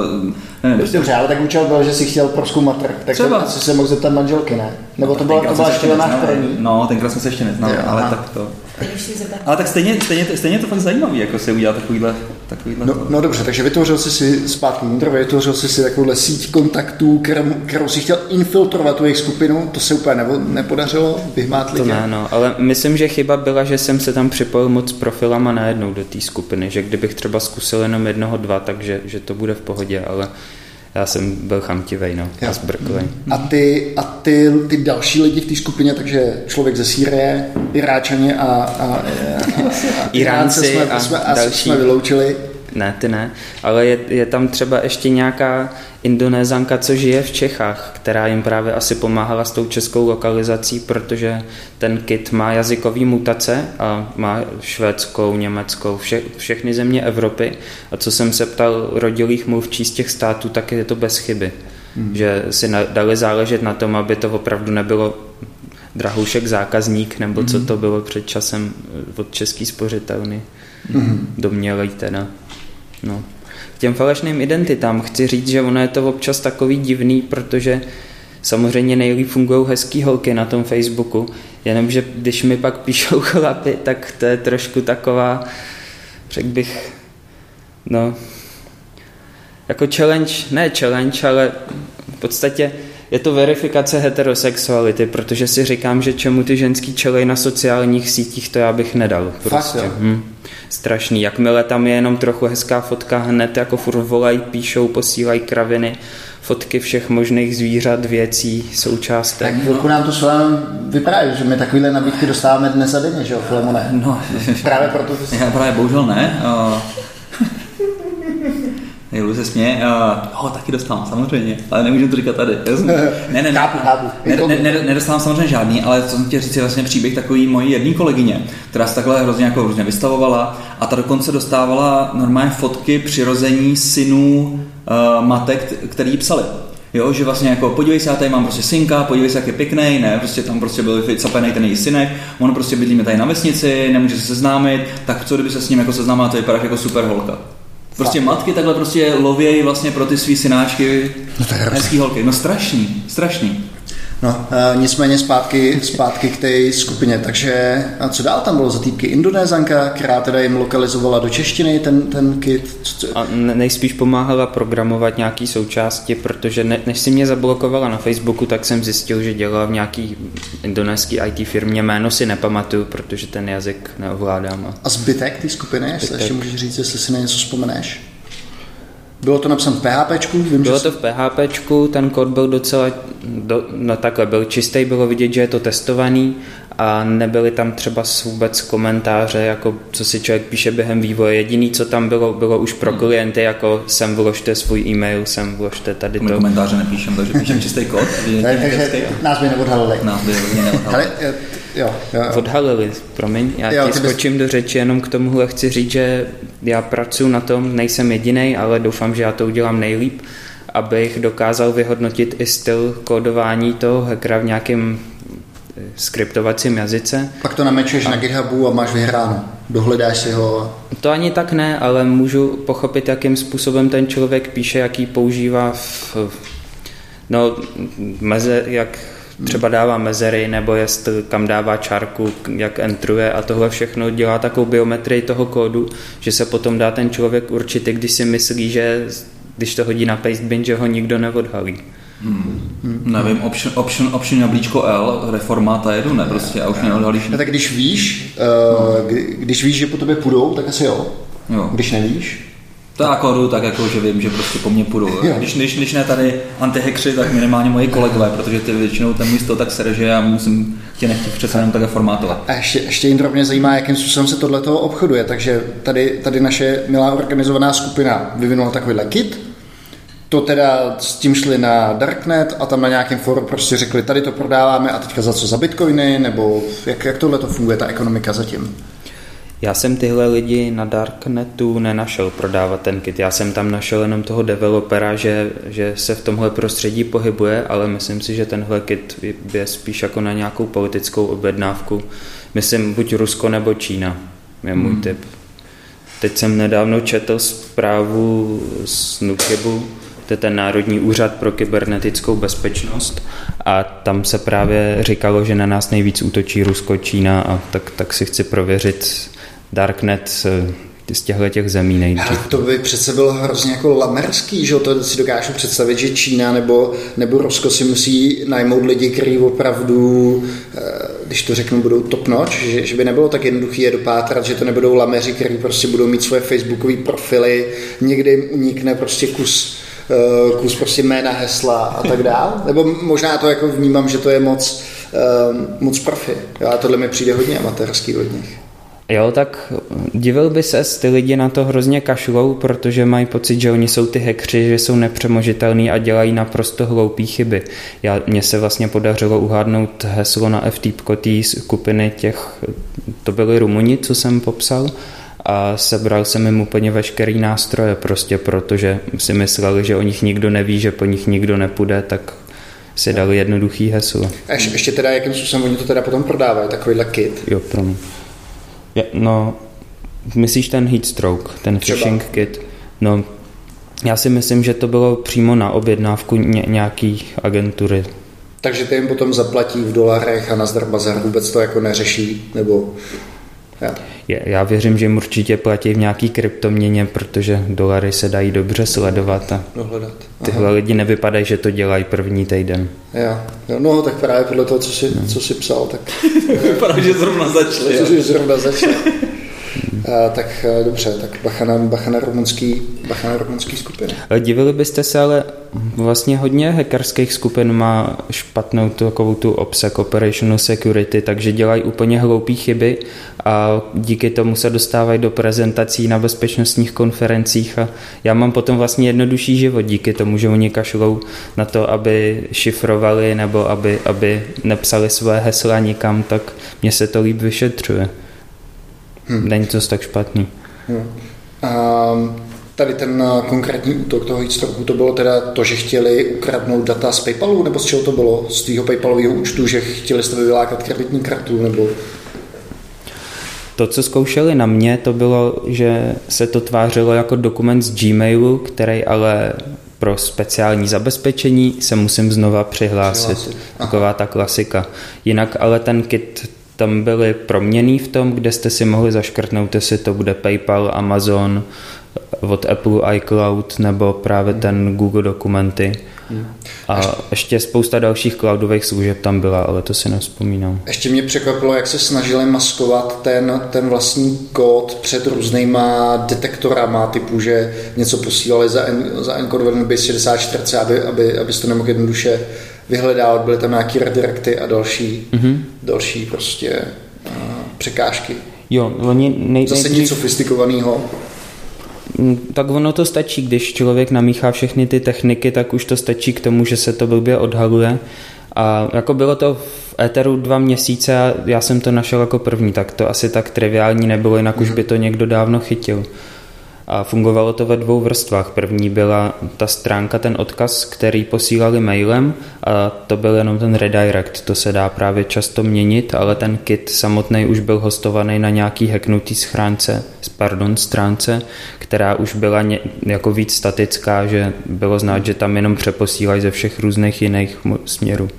Dobře, ale tak účel byl, že jsi chtěl prozkoumat trh, tak asi se mohl zeptat manželky, ne? Nebo to byla štělená první? No, tenkrát jsme se ještě neznali, ale tak to... Ale tak stejně to fakt zajímavý, jako se udělat takovýhle no dobře, takže vytvořil jsi si zpátky Jindrovi, vytvořil jsi si takovouhle síť kontaktů, kterou si chtěl infiltrovat tu jejich skupinu, to se úplně nepodařilo, vyhmátli. To ne, no, ale myslím, že chyba byla, že jsem se tam připojil moc profilama najednou do té skupiny, že kdybych třeba zkusil jenom 1, 2, takže že to bude v pohodě, ale já jsem byl chamtivej, no, a zbrklej. A ty další lidi v té skupině, takže člověk ze Sýrie, Iráčani a Iránci a další jsme vyloučili. Ne, ty ne, ale je tam třeba ještě nějaká Indonézanka, co žije v Čechách, která jim právě asi pomáhala s tou českou lokalizací, protože ten kit má jazykový mutace a má švédskou, německou, všechny země Evropy. A co jsem se ptal rodilých mluvčí z těch států, tak je to bez chyby. Že si dali záležet na tom, aby to opravdu nebylo Drahoušek zákazník, nebo co to bylo před časem od Český spořitelny. Domnělej teda. No. K těm falešným identitám chci říct, že ono je to občas takový divný, protože samozřejmě nejlíp fungují hezký holky na tom Facebooku, jenomže když mi pak píšou chlapy, tak to je trošku taková, řekl bych, no, jako challenge, ale v podstatě je to verifikace heterosexuality, protože si říkám, že čemu ty ženský čelej na sociálních sítích, to já bych nedal. Prostě. Strašný. Jakmile tam je jenom trochu hezká fotka, hned jako furt volají, píšou, posílají kraviny, fotky všech možných zvířat, věcí, součástek. Tak chvilku nám to s vámi vypráví, že my takovýhle nabídky dostáváme dnes a denně, že jo, Filemone? No, právě proto... Já právě bohužel ne. Nejlu se směje, taky dostávám, samozřejmě, ale nemůžu to říkat tady. Chápu. Nedostávám samozřejmě žádný, ale co jsem chtěl říct je vlastně příběh takový mojí jedné kolegyně, která se takhle hrozně vystavovala a ta dokonce dostávala normálně fotky přirození synů matek, který jí psali. Jo, že vlastně jako podívej se, já tady mám prostě synka, podívej se, jak je pěknej, ne, prostě tam prostě byl vycapený ten její synek, on prostě bydlíme tady na vesnici, nemůže se seznámit, tak co kdyby se s ním jako seznámila, to vypadá jako super holka. Prostě matky takhle prostě lovějí vlastně pro ty svý synáčky hezký holky. No strašný. No, nicméně zpátky k té skupině, takže a co dál tam bylo za týpky? Indonézanka, která teda jim lokalizovala do češtiny ten kit? A nejspíš pomáhala programovat nějaký součásti, protože než si mě zablokovala na Facebooku, tak jsem zjistil, že dělala v nějaký indonéský IT firmě, jméno si nepamatuju, protože ten jazyk neovládám. A zbytek té skupiny, jestli ještě můžeš říct, jestli si na něco vzpomeneš? Bylo to napsáno v PHPčku? Bylo to v PHPčku, ten kód byl docela, byl čistý, bylo vidět, že je to testovaný a nebyly tam třeba vůbec komentáře, jako co si člověk píše během vývoje. Jediný, co tam bylo už pro klienty, jako sem vložte svůj e-mail, sem vložte tady to. Komentáře nepíšem, takže píšem čistý kód. Takže nás by neodhalili. Jo. Odhalili, promiň, já ti skočím do řeči, jenom k tomuhle chci říct, že já pracuji na tom, nejsem jedinej, ale doufám, že já to udělám nejlíp, abych dokázal vyhodnotit i styl kódování toho hackera v nějakém skriptovacím jazyce. Pak to namečeš na GitHubu a máš vyhráno. Dohledáš si ho. To ani tak ne, ale můžu pochopit, jakým způsobem ten člověk píše, jaký používá jak třeba dává mezery, nebo jestli kam dává čárku, jak entruje a tohle všechno dělá takovou biometrii toho kódu, že se potom dá ten člověk určitě, když si myslí, že když to hodí na Pastebin, že ho nikdo neodhalí. Nevím, option jablíčko L, reformát a jedu, ne, prostě a už mě neodhalíš. Tak když víš, že po tobě půjdou, tak asi jo. Když nevíš. To já kódu tak jako, že vím, že prostě po mně půjdou. Když ne tady antihackři, tak minimálně moji kolegové, protože ty většinou ten místo tak sere, že já musím nechtít přece jenom takhle formátovat. A ještě Jindro mě zajímá, jakým způsobem se tohleto obchoduje, takže tady naše milá organizovaná skupina vyvinula takovýhle kit, to teda s tím šli na Darknet a tam na nějakém fóru prostě řekli, tady to prodáváme a teďka za co, za bitcoiny, nebo jak tohleto funguje, ta ekonomika zatím? Já jsem tyhle lidi na Darknetu nenašel prodávat ten kit. Já jsem tam našel jenom toho developera, že se v tomhle prostředí pohybuje, ale myslím si, že tenhle kit je spíš jako na nějakou politickou objednávku. Myslím, buď Rusko nebo Čína je můj tip. Teď jsem nedávno četl zprávu z NÚKIBu, to je ten Národní úřad pro kybernetickou bezpečnost, a tam se právě říkalo, že na nás nejvíc útočí Rusko, Čína, a tak si chci prověřit Darknet z těch zemí nejdřív. Ale to by přece bylo hrozně jako lamerský, že to si dokážu představit, že Čína nebo Rusko si musí najmout lidi, kteří opravdu, když to řeknu, budou top notch, že by nebylo tak jednoduché je dopátrat, že to nebudou lameři, kteří prostě budou mít svoje facebookové profily, někde jim unikne prostě kus prostě jména, hesla a tak dál. Nebo možná to jako vnímám, že to je moc profi. A tohle mi přijde hodně amatérský od nich. Jo, tak divil by ses, ty lidi na to hrozně kašlou, protože mají pocit, že oni jsou ty hackři, že jsou nepřemožitelní a dělají naprosto hloupý chyby. Mně se vlastně podařilo uhádnout heslo na FTPko té skupiny to byli Rumuni, co jsem popsal, a sebral jsem jim úplně veškerý nástroje, prostě protože si mysleli, že o nich nikdo neví, že po nich nikdo nepůjde, tak si dali jednoduchý heslo. A ještě teda, jakým způsobem oni to teda potom prodávají, takovýhle kit? Jo, pro mě. No, myslíš ten Heatstroke, ten phishing kit? No, já si myslím, že to bylo přímo na objednávku nějaký agentury. Takže ty jim potom zaplatí v dolarech a na Zdarbazar vůbec to jako neřeší, nebo... Já věřím, že jim určitě platí v nějaký kryptoměně, protože dolary se dají dobře sledovat a dohledat. Tyhle lidi nevypadají, že to dělají první týden. No, tak právě podle toho, co jsi psal, tak... Vypadá, že zrovna začali. Tak dobře, tak bacha na rumunský skupiny. Divili byste se, ale vlastně hodně hackerských skupin má špatnou takovou tu OPSEC, Operational Security, takže dělají úplně hloupý chyby a díky tomu se dostávají do prezentací na bezpečnostních konferencích a já mám potom vlastně jednodušší život díky tomu, že oni kašlou na to, aby šifrovali nebo aby nepsali své hesla nikam, tak mně se to líp vyšetřuje. Není to tak špatný. Tady ten konkrétní útok toho Heatstroke, to bylo teda to, že chtěli ukradnout data z PayPalu, nebo z čeho to bylo? Z tvýho PayPalového účtu, že chtěli jste vylákat kreditní kartu, nebo... To, co zkoušeli na mě, to bylo, že se to tvářilo jako dokument z Gmailu, který ale pro speciální zabezpečení se musím znova přihlásit. Taková ta klasika. Jinak ale ten kit tam byly proměnný v tom, kde jste si mohli zaškrtnout, jestli to bude PayPal, Amazon, od Apple iCloud nebo právě ten Google dokumenty. A ještě spousta dalších cloudových služeb tam byla, ale to si nevzpomínám. Ještě mě překvapilo, jak se snažili maskovat ten vlastní kód před různýma detektorama, typu, že něco posílali za encode base 64, abyste to nemohli jednoduše vyhledávat, byly tam nějaký redirecty a další prostě překážky. Jo, oni zase nic sofistikovaného. Tak ono to stačí, když člověk namíchá všechny ty techniky, tak už to stačí k tomu, že se to blbě odhaluje. A jako bylo to v éteru 2 měsíce a já jsem to našel jako první, tak to asi tak triviální nebylo, jinak už by to někdo dávno chytil. A fungovalo to ve 2 vrstvách. První byla ta stránka, ten odkaz, který posílali mailem a to byl jenom ten redirect. To se dá právě často měnit, ale ten kit samotný už byl hostovaný na nějaký hacknutý stránce, která už byla jako víc statická, že bylo znát, že tam jenom přeposílají ze všech různých jiných směrů.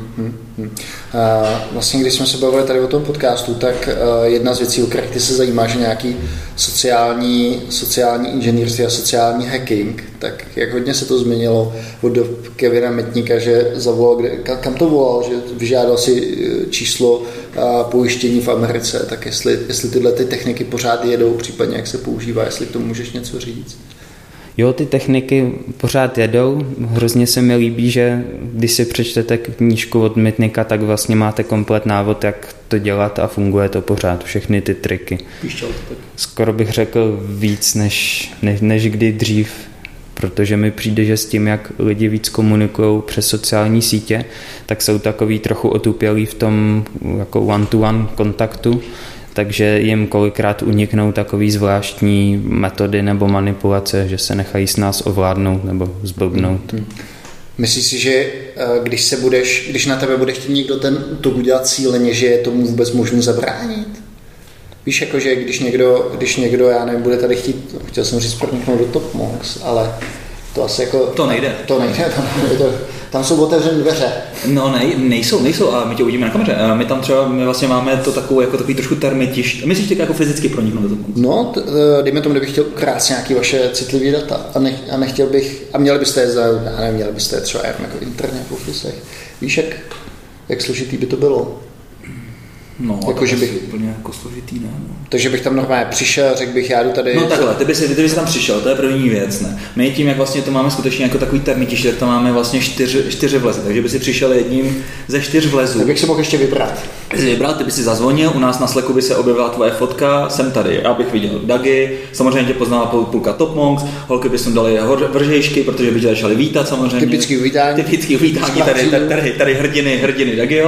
Vlastně, když jsme se bavili tady o tom podcastu, tak jedna z věcí, o kterých ty se zajímá, že nějaký sociální inženýrství a sociální hacking, tak jak hodně se to změnilo od Kevina Metníka, že zavolal, kam to volal, že vyžádal si číslo pojištění v Americe, tak jestli tyhle ty techniky pořád jedou, případně jak se používá, jestli k tomu můžeš něco říct. Jo, ty techniky pořád jedou. Hrozně se mi líbí, že když si přečtete knížku od Mitnika, tak vlastně máte komplet návod, jak to dělat a funguje to pořád, všechny ty triky. Skoro bych řekl víc než kdy dřív, protože mi přijde, že s tím, jak lidi víc komunikují přes sociální sítě, tak jsou takový trochu otupělí v tom jako one-to-one kontaktu, takže jim kolikrát uniknou takový zvláštní metody nebo manipulace, že se nechají s nás ovládnout nebo zblbnout. Myslíš si, že když na tebe bude chtít někdo ten útok udělat cíleně, že je tomu vůbec možné zabránit? Víš, jakože když někdo, já nevím, bude tady chtít, chtěl jsem říct proniknout do Topmonks, ale to asi jako... To nejde. Tam jsou otevřené dveře. No nejsou a my tě uvidíme na kameře. My tam třeba vlastně máme to takový trošku termitišť. Myslíš teď jako fyzicky proniknout do toho? No, dejme tomu, kdybych chtěl ukrást nějaké vaše citlivé data a nechtěl bych, a měli byste je třeba jako interně v ofisech. Víš, jak složitý by to bylo? No, jako, že bych úplně jako složitý, ne? No. Takže bych tam normálně přišel, řekl bych, já jdu tady... No takhle, ty bys tam přišel, to je první věc, ne? My tím, jak vlastně to máme skutečně jako takový termitiště, tak to máme vlastně 4 vlezy, takže by si přišel jedním ze 4 vlezů. Tak bych si mohl ještě vybrat. Ty by si zazvonil, u nás na Slacku by se objevila tvoje fotka, jsem tady, já bych viděl Dagi, samozřejmě tě poznala půlka Topmonks, holky by sem dali vržejšky, protože by tě začali vítat samozřejmě. Typický uvítání tady hrdiny Dagiho.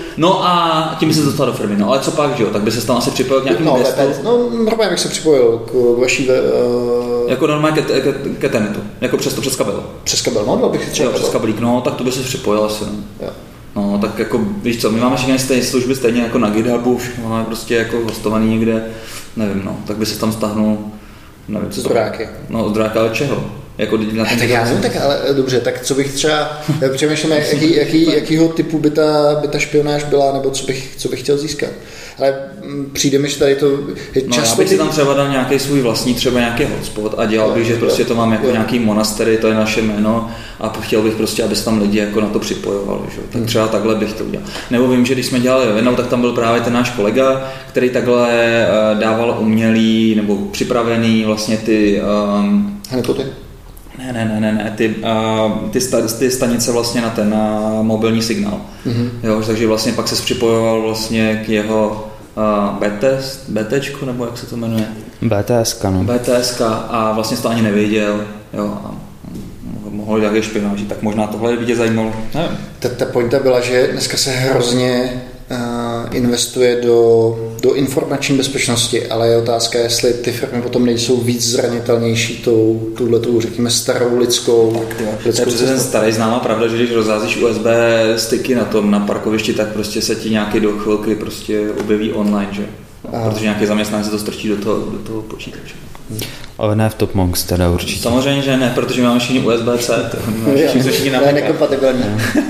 No a tím by se dostal do firmy, no ale co pak, že jo, tak by se tam asi připojil k nějakému gestu. No normálně bych se připojil k vaší... Jako normálně k internetu, jako přes kabel. Přes kabel, no, dal bych si třeba. Přes kabelík, no, tak to by se připojil asi, no. Jo. No, tak jako, víš co, my máme všechny stejné služby stejně jako na GitHubu, všechno máme prostě jako hostovaný někde, nevím, no, tak by se tam stáhnul, nevím, co zdrojáky. No, zdrojáky, ale čeho? Jako na tak já nevím, tak ale dobře, tak co bych třeba, přemýšlím, jakýho typu by ta špionáž byla, nebo co bych chtěl získat. Ale přijde mi, že tady to je často... No, já bych si tam třeba dal nějaký svůj vlastní, třeba nějaký hotspot a dělal bych, že prostě to mám jako nějaký monastery, to je naše jméno a chtěl bych prostě, aby se tam lidi jako na to připojovali, že? Tak třeba takhle bych to udělal. Nebo vím, že když jsme dělali Venou, tak tam byl právě ten náš kolega, který takhle dával umělý nebo připravený vlastně ty... Hnepoty? Ne, ty stanice vlastně na mobilní signál. Mm-hmm. Jo, takže vlastně pak se připojoval vlastně k jeho BTčku, nebo jak se to jmenuje? BTSK, no. BTSK a vlastně to ani nevěděl, jo, a mohl nějaké špionáži, tak možná tohle by tě zajímalo. Nevím. Ta pointa byla, že dneska se hrozně investuje do informační bezpečnosti, ale je otázka, jestli ty firmy potom nejsou víc zranitelnější touhletou, řekněme, starou lidskou. To je přece ten starý známá pravda, že když rozházíš USB styky na parkovišti, tak prostě se ti nějaký do chvilky prostě objeví online, že? Protože nějaký zaměstnanec se to strčí do toho počítače. Ale ne v Topmonks teda určitě. Samozřejmě, že ne, protože máme všichni USB-C. To je nekompatibilní.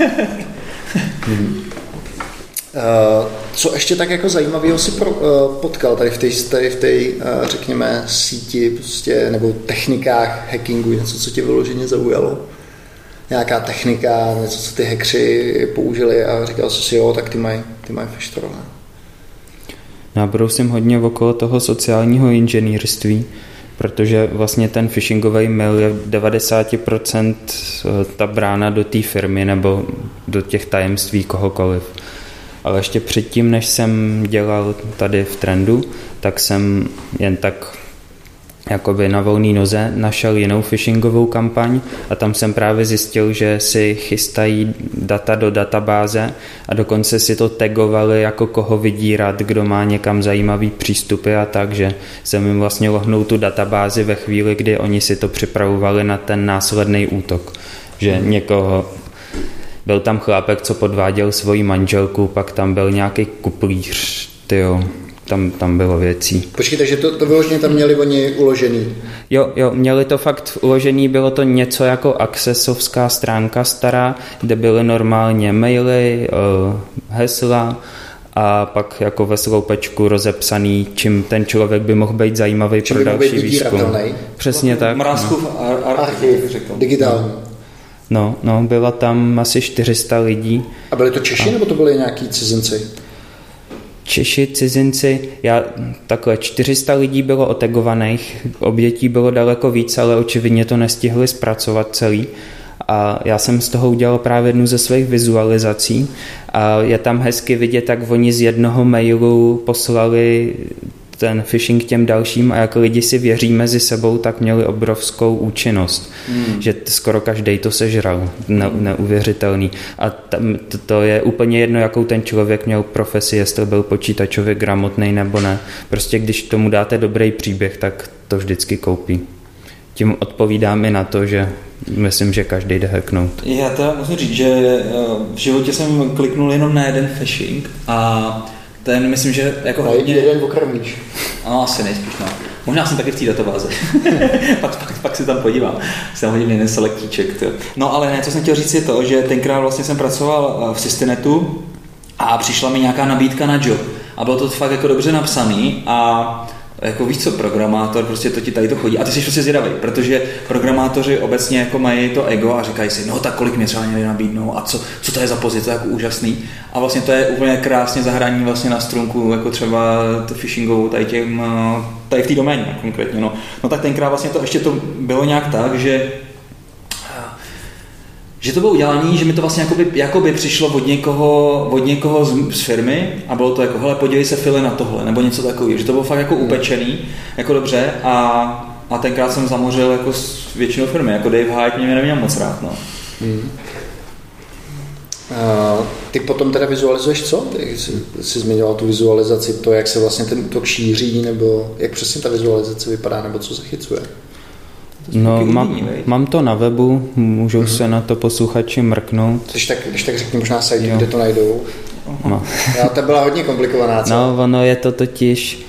Co ještě tak jako zajímavého si potkal tady v té řekněme síti prostě, nebo technikách hackingu, něco, co tě vyloženě zaujalo? Nějaká technika, něco, co ty hackři použili a říkal jsi si, jo, tak ty mají feštrové. Já brousím hodně okolo toho sociálního inženýrství, protože vlastně ten phishingový mail je 90% ta brána do té firmy nebo do těch tajemství kohokoliv. Ale ještě předtím, než jsem dělal tady v Trendu, tak jsem jen tak jakoby na volný noze našel jinou phishingovou kampaň a tam jsem právě zjistil, že si chystají data do databáze a dokonce si to tagovali, jako koho vydírat, kdo má někam zajímavý přístupy a tak, že jsem jim vlastně lohnul tu databázi ve chvíli, kdy oni si to připravovali na ten následný útok. Že někoho... Byl tam chlápek, co podváděl svoji manželku, pak tam byl nějaký kuplíř, tyjo, tam bylo věcí. Počkej, takže to vyloženě tam měli oni uložený? Jo, měli to fakt uložený, bylo to něco jako accessovská stránka stará, kde byly normálně maily, hesla a pak jako ve sloupečku rozepsaný, čím ten člověk by mohl být zajímavý pro další výzkum. Přesně tak. Mrázkův archiv, řekl. Digitální. No, byla tam asi 400 lidí. A byli to Češi, nebo to byli nějaký cizinci? Češi, cizinci, 400 lidí bylo otagovaných, obětí bylo daleko víc, ale očividně to nestihli zpracovat celý. A já jsem z toho udělal právě jednu ze svých vizualizací a je tam hezky vidět, jak oni z jednoho mailu poslali ten phishing těm dalším a jak lidi si věří mezi sebou, tak měli obrovskou účinnost. Že skoro každej to sežral. Neuvěřitelný. A to je úplně jedno, jakou ten člověk měl profesi, jestli byl počítačově gramotnej nebo ne. Prostě když tomu dáte dobrý příběh, tak to vždycky koupí. Tím odpovídám i na to, že myslím, že každý jde hacknout. Já teda musím říct, že v životě jsem kliknul jenom na jeden phishing a ten myslím, že jako hodně... jeden okrmíš. No, asi nejspíš, no. Možná jsem taky v té databázi. pak si tam podívám. Jsem hodil jeden selektíček. Tyjo. No ale ne, co jsem chtěl říct je to, že tenkrát vlastně jsem pracoval v Systinetu a přišla mi nějaká nabídka na job. A bylo to fakt jako dobře napsaný a jako víš co, programátor, prostě to ti tady to chodí. A ty jsi prostě zvědavý, protože programátoři obecně jako mají to ego a říkají si, no tak kolik mě třeba někdy nabídnou a co to je za pozice, to je jako úžasný. A vlastně to je úplně krásně zahrání vlastně na strunku, jako třeba to phishingovou tady v té doméně konkrétně. No tak tenkrát vlastně to ještě to bylo nějak tak, že to bylo udělané, že mi to vlastně jakoby přišlo od někoho z firmy a bylo to jako, hele, podívej se Fili na tohle, nebo něco takového, že to bylo fakt jako upečený, jako dobře a tenkrát jsem zamořil jako s většinou firmy, jako Dave Hyde mě neměl moc rád, no. Ty potom teda vizualizuješ co? Jsi zmiňoval tu vizualizaci, to, jak se vlastně ten útok šíří, nebo jak přesně ta vizualizace vypadá, nebo co zachycuje? No, mám to na webu, můžou se na to posluchači mrknout. Když tak řekni možná sajty, kde to najdou. No. To byla hodně komplikovaná, co? No, ono je to totiž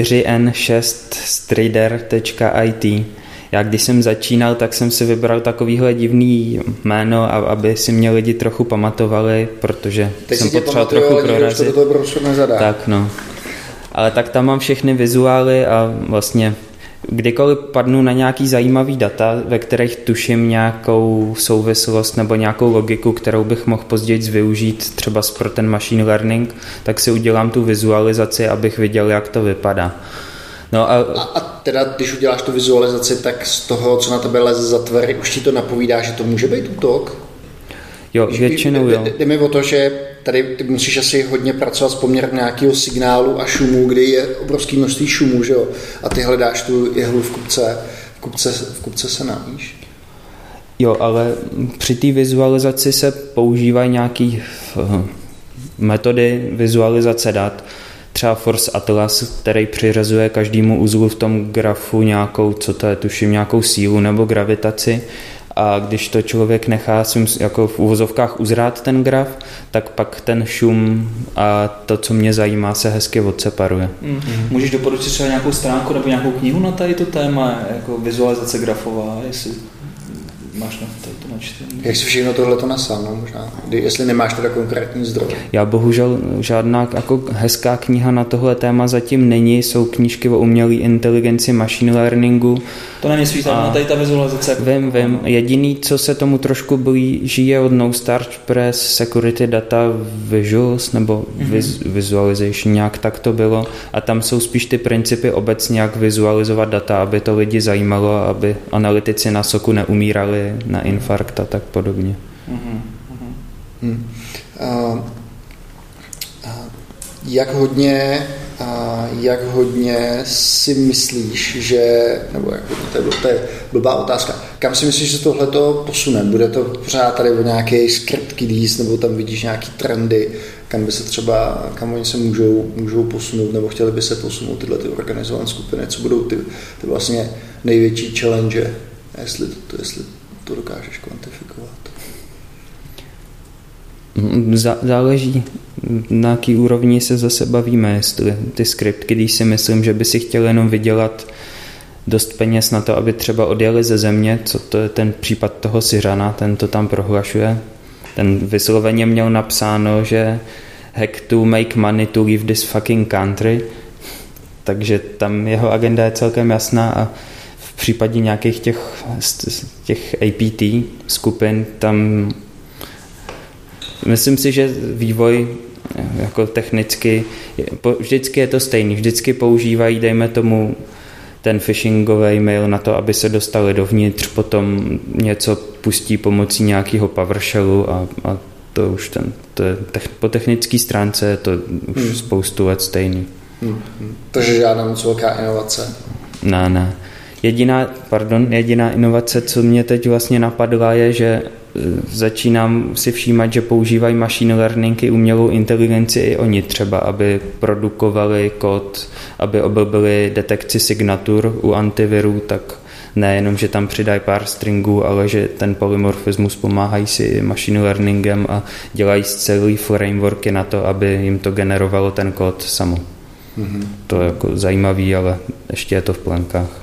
4n6strider.it. Já když jsem začínal, tak jsem si vybral takovýhle divný jméno, aby si mě lidi trochu pamatovali, protože teď jsem potřeboval trochu prorazit. Tak no. Ale tak tam mám všechny vizuály a vlastně kdykoliv padnu na nějaký zajímavý data, ve kterých tuším nějakou souvislost nebo nějakou logiku, kterou bych mohl později využít třeba pro ten machine learning, tak si udělám tu vizualizaci, abych viděl, jak to vypadá. No a teda, když uděláš tu vizualizaci, tak z toho, co na tebe leze za tvar, už ti to napovídá, že to může být útok? Jo, většinou jo. Jde mi o to, že tady ty musíš asi hodně pracovat s poměrem nějakého signálu a šumu, kdy je obrovské množství šumu, že jo? A ty hledáš tu jehlu v kupce sena, víš? Jo, ale při té vizualizaci se používají nějaké metody vizualizace dat, třeba Force Atlas, který přiřazuje každému uzlu v tom grafu nějakou, co to je, tuším, nějakou sílu nebo gravitaci. A když to člověk nechá svým, jako v uvozovkách uzrát ten graf, tak pak ten šum a to, co mě zajímá, se hezky odseparuje. Můžeš doporučit třeba nějakou stránku nebo nějakou knihu na tady to téma, jako vizualizace grafová, jestli máš na to načtení? Jak si všechno tohleto nasál, no, možná, jestli nemáš teda konkrétní zdroj. Já bohužel žádná jako hezká kniha na tohle téma zatím není, jsou knížky o umělé inteligenci, machine learningu. To není svítá tady ta vizualizace. Vím. Jediný, co se tomu trošku blíží, je od No Starch Press Security Data Visuals, nebo Visualization, nějak tak to bylo. A tam jsou spíš ty principy obecně, jak vizualizovat data, aby to lidi zajímalo, aby analytici na soku neumírali na infarkt a tak podobně. Jak hodně si myslíš, že, nebo jak hodně, to je blbá otázka, kam si myslíš, že tohleto posune? Bude to pořád tady o nějaký script kiddies, nebo tam vidíš nějaký trendy, kam by se třeba, kam oni se můžou posunout, nebo chtěli by se posunout tyhle ty organizované skupiny, co budou ty vlastně největší challenge, jestli to dokážeš kvantifikovat? Záleží, na jaký úrovni se zase bavíme, jestli ty skriptky, když si myslím, že by si chtěl jenom vydělat dost peněz na to, aby třeba odjeli ze země, co to je ten případ toho Syřana, ten to tam prohlašuje. Ten vysloveně měl napsáno, že hack to make money to leave this fucking country, takže tam jeho agenda je celkem jasná a v případě nějakých těch APT skupin tam myslím si, že vývoj jako technicky, vždycky je to stejný, vždycky používají, dejme tomu, ten phishingový mail na to, aby se dostali dovnitř, potom něco pustí pomocí nějakého PowerShellu a to už to je po technické stránce je to už spoustu let stejný. Takže žádná moc velká inovace. Ne. Jediná inovace, co mě teď vlastně napadla, je, že začínám si všímat, že používají machine learning i umělou inteligenci i oni třeba, aby produkovali kód, aby oblbili detekci signatur u antivirů, tak nejenom, že tam přidají pár stringů, ale že ten polymorfismus pomáhají si machine learningem a dělají celý frameworky na to, aby jim to generovalo ten kód samo. To je jako zajímavý, ale ještě je to v plenkách.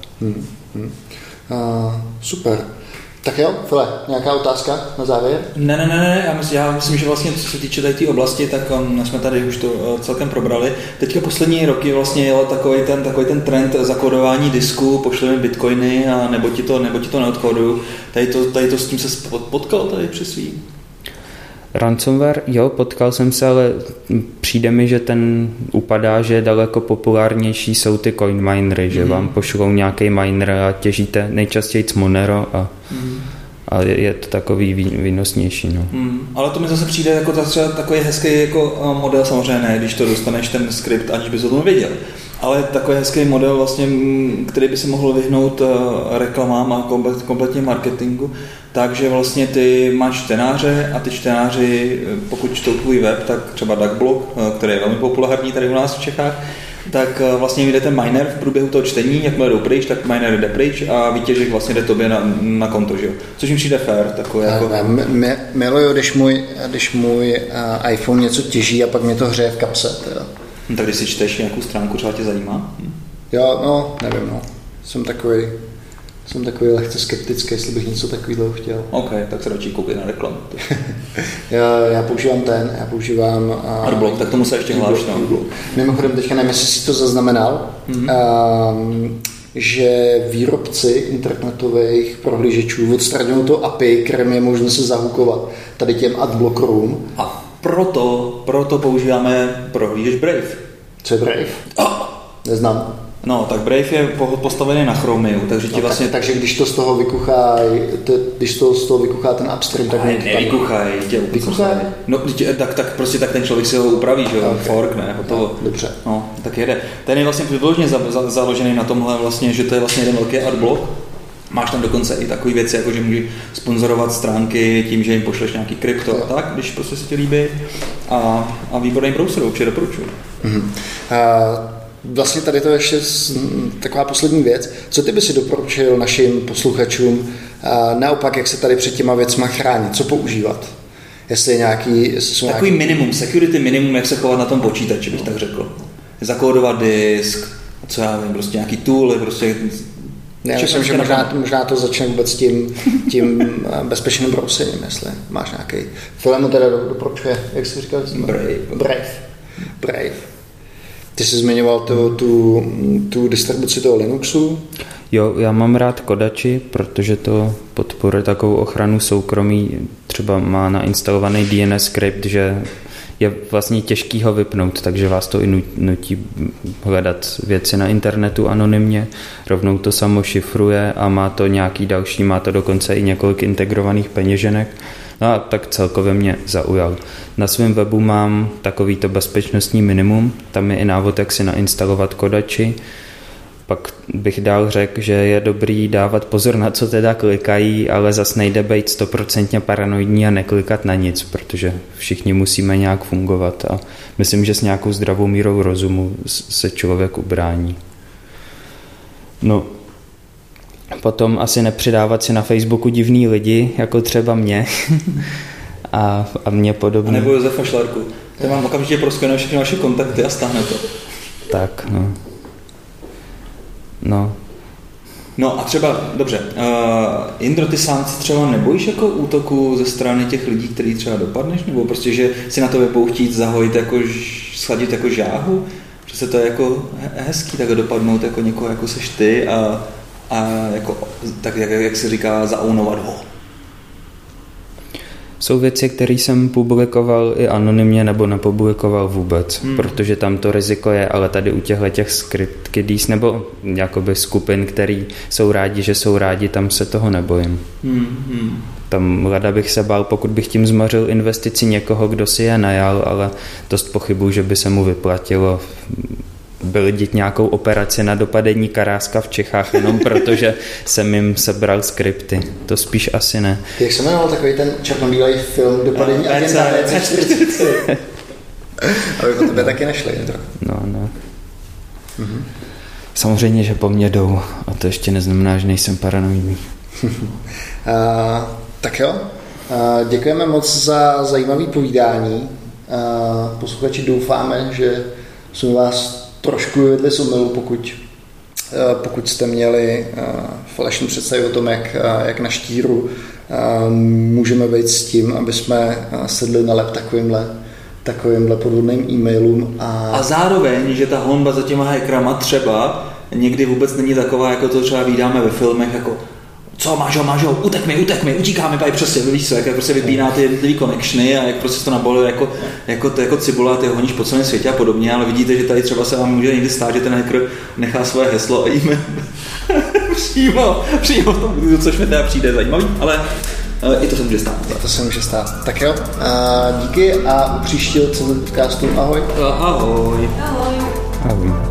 Super. Tak jo, File, nějaká otázka na závěr? Ne, já myslím, že vlastně co se týče té oblasti, tak jsme tady už to celkem probrali. Teďka poslední roky vlastně jel takový ten trend zakódování disku, pošli mi bitcoiny a nebo ti to neodkóduju. Tady to s tím se potkal tady při svý? Ransomware, jo, potkal jsem se, ale přijde mi, že ten upadá, že daleko populárnější jsou ty coin minery, že vám pošlou nějaký miner a těžíte nejčastěji Monero a je to takový výnosnější. No. Ale to mi zase přijde jako třeba takový hezký jako model, samozřejmě ne, když to dostaneš ten skript, aniž bys o tom věděl. Ale takový hezký model, vlastně, který by se mohl vyhnout reklamám a kompletně marketingu, takže vlastně ty máš čtenáře a ty čtenáři, pokud čtou tvůj web, tak třeba DuckBlog, který je velmi populární tady u nás v Čechách, tak vlastně vyjde ten miner v průběhu toho čtení, jakmile jdou pryč, tak miner jde pryč a výtěžek vlastně jde tobě na konto, že jo? Což mi přijde fair, takový jako... Miluju, když můj iPhone něco těží a pak mě to hřeje v kapse, teda. No, tak když si čteš nějakou stránku, třeba tě zajímá? Jo, no, nevím, no. Jsem takový lehce skeptický, jestli bych něco takového chtěl. OK, tak se radši koukej na reklamu. já používám... Adblock, tak tomu se ještě hláš, no. Mimochodem, teďka nevím, jestli si to zaznamenal, že výrobci internetových prohlížečů odstraňují to API, kterým je možno se zahukovat tady těm adblockerům. A proto používáme prohlížeč Brave. Co je Brave? Neznám. No, tak Brave je postavený na Chromium, takže ti vlastně... Takže když to z toho vykuchá ten upstream, tak nevykuchaj. No, tak prostě tak ten člověk si ho upraví, že jo, okay. Fork, ne, hotovo. No, dobře. No, tak jede. Ten je vlastně vyloženě založený na tomhle vlastně, že to je vlastně jeden velký adblock. Máš tam dokonce i takové věci, jako že můžeš sponzorovat stránky tím, že jim pošleš nějaký krypto a tak, když prostě se ti líbí. A výborný browser, určitě doporučuji. Vlastně tady to je ještě taková poslední věc. Co ty by si doporučil našim posluchačům naopak, jak se tady před těma věcma chránit? Co používat? Jestli jsou takový minimum, security minimum, jak se chovat na tom počítači, bych tak řekl. Zakódovat disk, co já vím, prostě nějaký tool, prostě... Já myslím, že možná to začne vůbec tím bezpečným brousením, jestli máš nějaký... Filmu teda doporučuje, jak jsi říkal? Brave. Ty jsi zmiňoval tu distribuci toho Linuxu? Jo, já mám rád Kodachi, protože to podporuje takovou ochranu soukromí. Třeba má nainstalovaný DNS script, že je vlastně těžký ho vypnout, takže vás to i nutí hledat věci na internetu anonymně. Rovnou to samo šifruje a má to nějaký další, má to dokonce i několik integrovaných peněženek. No a tak celkově mě zaujal. Na svém webu mám takovýto bezpečnostní minimum, tam je i návod, jak si nainstalovat Kodachi. Pak bych dál řekl, že je dobrý dávat pozor na co teda klikají, ale zas nejde být 100% paranoidní a neklikat na nic, protože všichni musíme nějak fungovat a myslím, že s nějakou zdravou mírou rozumu se člověk ubrání. No, potom asi nepřidávat si na Facebooku divný lidi, jako třeba mě a mě podobně. A nebo Josefa Šlarku. Ten mám okamžitě proskenuje všechny vaše kontakty a stáhne to. Tak, no. No a třeba, dobře, Indro, ty sám třeba nebojíš jako útoku ze strany těch lidí, který třeba dopadneš, nebo prostě, že si na tebe budou chtít zahojit, jako schladit jako žáhu? Přece to je jako hezký tak dopadnout jako někoho, jako seš ty a jako, tak jak se říká, zaounovat ho. Jsou věci, které jsem publikoval i anonymně nebo nepublikoval vůbec, protože tam to riziko je, ale tady u těch script kiddies nebo jakoby skupin, který jsou rádi, že jsou rádi, tam se toho nebojím. Tam leda bych se bál, pokud bych tím zmařil investici někoho, kdo si je najal, ale dost pochybuju, že by se mu vyplatilo vylidit nějakou operaci na dopadení karáska v Čechách, jenom protože jsem jim sebral skripty. To spíš asi ne. Jak se jmenoval takový ten černobílej film Dopadení agenta DC-44? Aby po tebe taky nešli. No. Samozřejmě, že po mně jdou. A to ještě neznamená, že nejsem paranoidní. Tak jo. Děkujeme moc za zajímavé povídání. Posluchači, doufáme, že jsme vás trošku vyvedli z omylu, pokud jste měli falešný představy o tom, jak na štíru můžeme být s tím, aby jsme sedli na lep takovýmhle podvodným e-mailům. A zároveň, že ta honba za těma hackerama třeba někdy vůbec není taková, jako to třeba vídáme ve filmech, jako co, máš ho, utek mi, utíkáme, tady přesně, víš co, jak prostě vypíná ty jednotlivý connectiony a jak prostě to naboluje jako cibula, ty ho honíš po celém světě a podobně, ale vidíte, že tady třeba se vám může někdy stát, že ten hacker nechá svoje heslo a e-mail přímo v tom, což mi teda přijde zajímavý, ale i to se může stát. Tak jo, díky a u příštího podcastu ahoj. Ahoj. Ahoj.